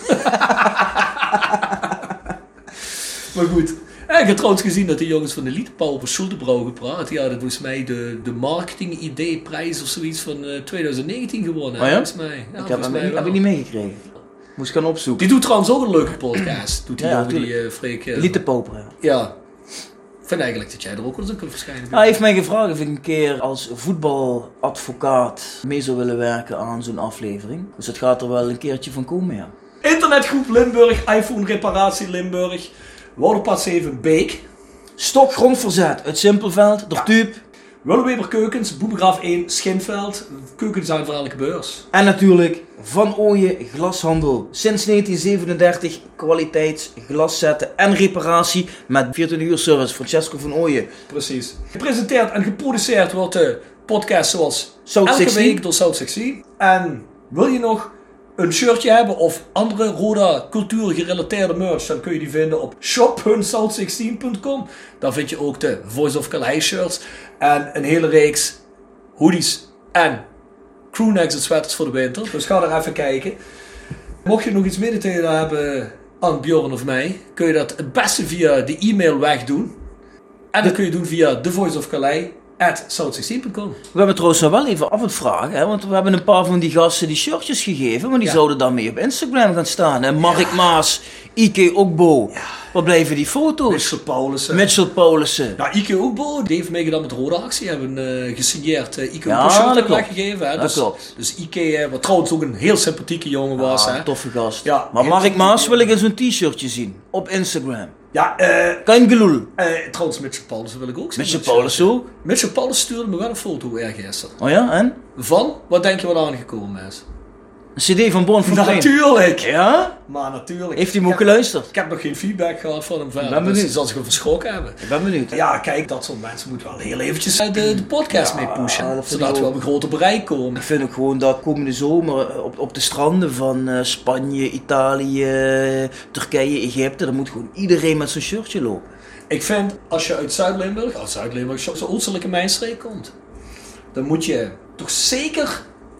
Maar goed. Ja, ik heb trouwens gezien dat die jongens van de Elite Power op Schultenbrouw gepraat. Die hadden volgens mij de, de marketing idee prijs of zoiets van uh, twintig negentien gewonnen. Oh ja? Volgens mij. Ja, ik heb volgens hem mij heb wel. ik niet meegekregen. Moest ik gaan opzoeken. Die doet trouwens ook een leuke podcast. Doet die Ja, jongen die uh, Freek. Uh, Elite Poper, ja. Ja. Ik vind eigenlijk dat jij er ook wel eens in kunt verschijnen. Hij heeft mij gevraagd of ik een keer als voetbaladvocaat mee zou willen werken aan zo'n aflevering. Dus het gaat er wel een keertje van komen, ja. Internetgroep Limburg, iPhone reparatie Limburg, Wouderpad zeven Beek, Stok grondverzet uit Simpelveld, door Ja. Tuub. Willeweber Keukens, Boebegraaf één Schinveld, keukendesign voor elke beurs. En natuurlijk Van Ooyen Glashandel. Sinds negentien zevenendertig kwaliteitsglaszetten en reparatie met vierentwintig uur service. Francesco van Ooyen. Precies. Gepresenteerd en geproduceerd wordt de podcast zoals South elke zestien. week door South zestien. En wil je nog een shirtje hebben of andere Roda cultuur gerelateerde merch, dan kun je die vinden op shop punt south zestien punt com. Daar vind je ook de Voice of Calais shirts en een hele reeks hoodies en crewnecks en sweaters voor de winter. Dus ga daar even kijken. Mocht je nog iets mee te delen hebben aan Bjorn of mij, kun je dat het beste via de e-mail wegdoen. En dat kun je doen via the voice of calais at south zestien punt com. We hebben trouwens nog wel even af het vragen, hè, want we hebben een paar van die gasten die shirtjes gegeven, maar die Ja. zouden dan mee op Instagram gaan staan. En Mark Maas, Ike Okbo, waar blijven die foto's? Mitchell Paulussen. Mitchell Paulussen. Ja, Ike Oekbo, die heeft meegedaan met de Rode Actie. Hebben uh, gesigneerd uh, Ike Ja, Oekbo shirt dat hebben klopt. weggegeven. Hè? Dat Dus, klopt. dus Ike, uh, wat trouwens ook een heel sympathieke jongen was. Ah, Hè? een toffe gast. Ja, maar heel Mark sympathiek, Maas wil ja. ik in zo'n t-shirtje zien, op Instagram. Ja, eh Kein geloel. uh, trouwens Mitchell Paulussen wil ik ook zien. Mitchell Paulussen ook. Mitchell Paulussen stuurde me wel een foto eergisteren. Oh ja, en? Van, wat denk je wat aangekomen is? Een cd van Bon Fontaine. Natuurlijk! Ja? Maar natuurlijk. Heeft hij hem ook Ik heb- geluisterd? Ik heb nog geen feedback gehad van hem verder. ben Dus benieuwd. die zal zich wel verschrokken hebben. Ik ben benieuwd. Ja, kijk, dat soort mensen moeten wel heel eventjes de, de podcast Ja, mee pushen. dat vind Zodat ik we ook. op een groter bereik komen. Ik vind ook gewoon dat komende zomer op, op de stranden van eh, Spanje, Italië, Turkije, Egypte, daar moet gewoon iedereen met zo'n shirtje lopen. Ik vind, als je uit Zuid-Limburg, uit Zuid-Limburg, zo'n oostelijke mijnstreek komt, dan moet je toch zeker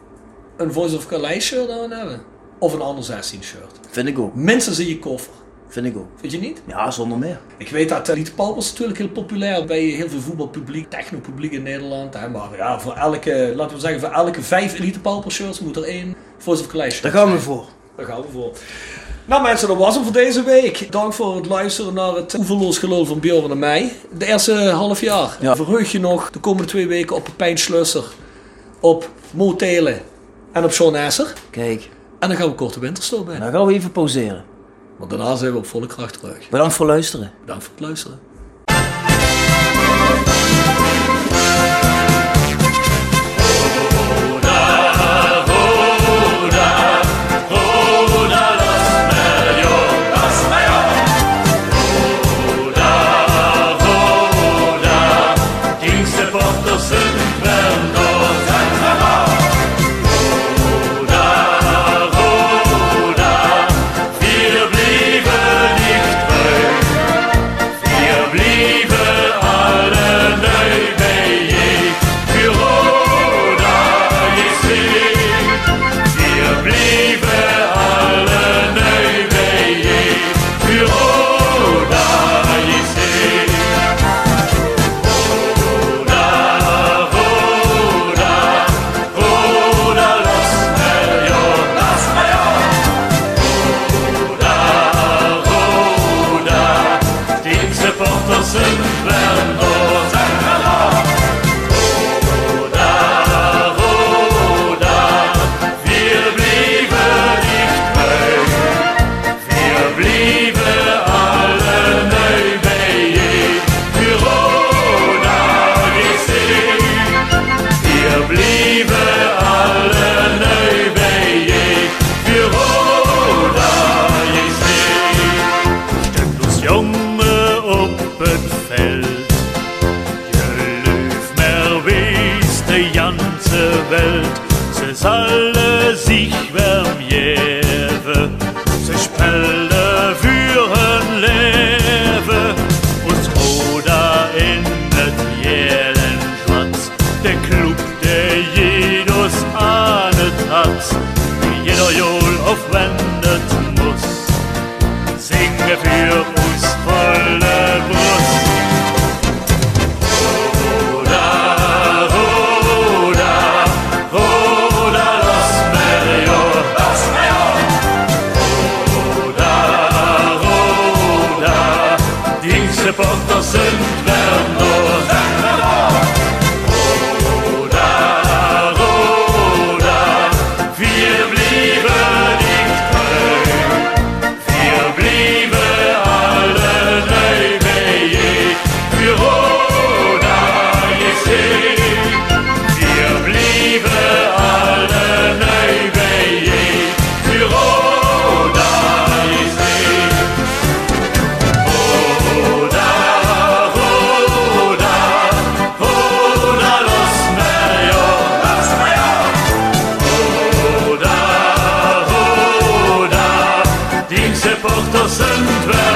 een Voice of Calais shirt aan hebben. Of een ander zestien shirt. Vind ik ook. Minstens in je koffer. Vind ik ook. Vind je niet? Ja, zonder meer. Ik weet dat uh, Elite Power is natuurlijk heel populair bij heel veel voetbalpubliek, technopubliek in Nederland. Hè? Maar ja, voor elke, laten we zeggen, voor elke vijf Elite Power shirts moet er één Voice of Calais shirt Daar gaan we zijn. voor. Daar gaan we voor. Nou mensen, dat was het voor deze week. Dank voor het luisteren naar het oeverloos gelul van Bjorn en mij. De eerste half jaar. Ja. Verheug je nog de komende twee weken op Pepijn Schlusser, op Motelen en op John Esser. Kijk, En dan gaan we korte winterstop bij. dan gaan we even pauzeren. Want daarna zijn we op volle kracht terug. Bedankt voor luisteren. Bedankt voor het luisteren. King's supporters spellen für hun leven. Ons Roda in het jelen zwart. De club der jedes ahnet hat. Jeder Jol aufwendet muss. Singe für uns volle Brust. Supporters sind wir nur. Roda, Roda, wir blieben nicht treu. Wir blieben alle neu wie für Roda ist wir blieben alle neu wie für Roda ist Supporters sind wir.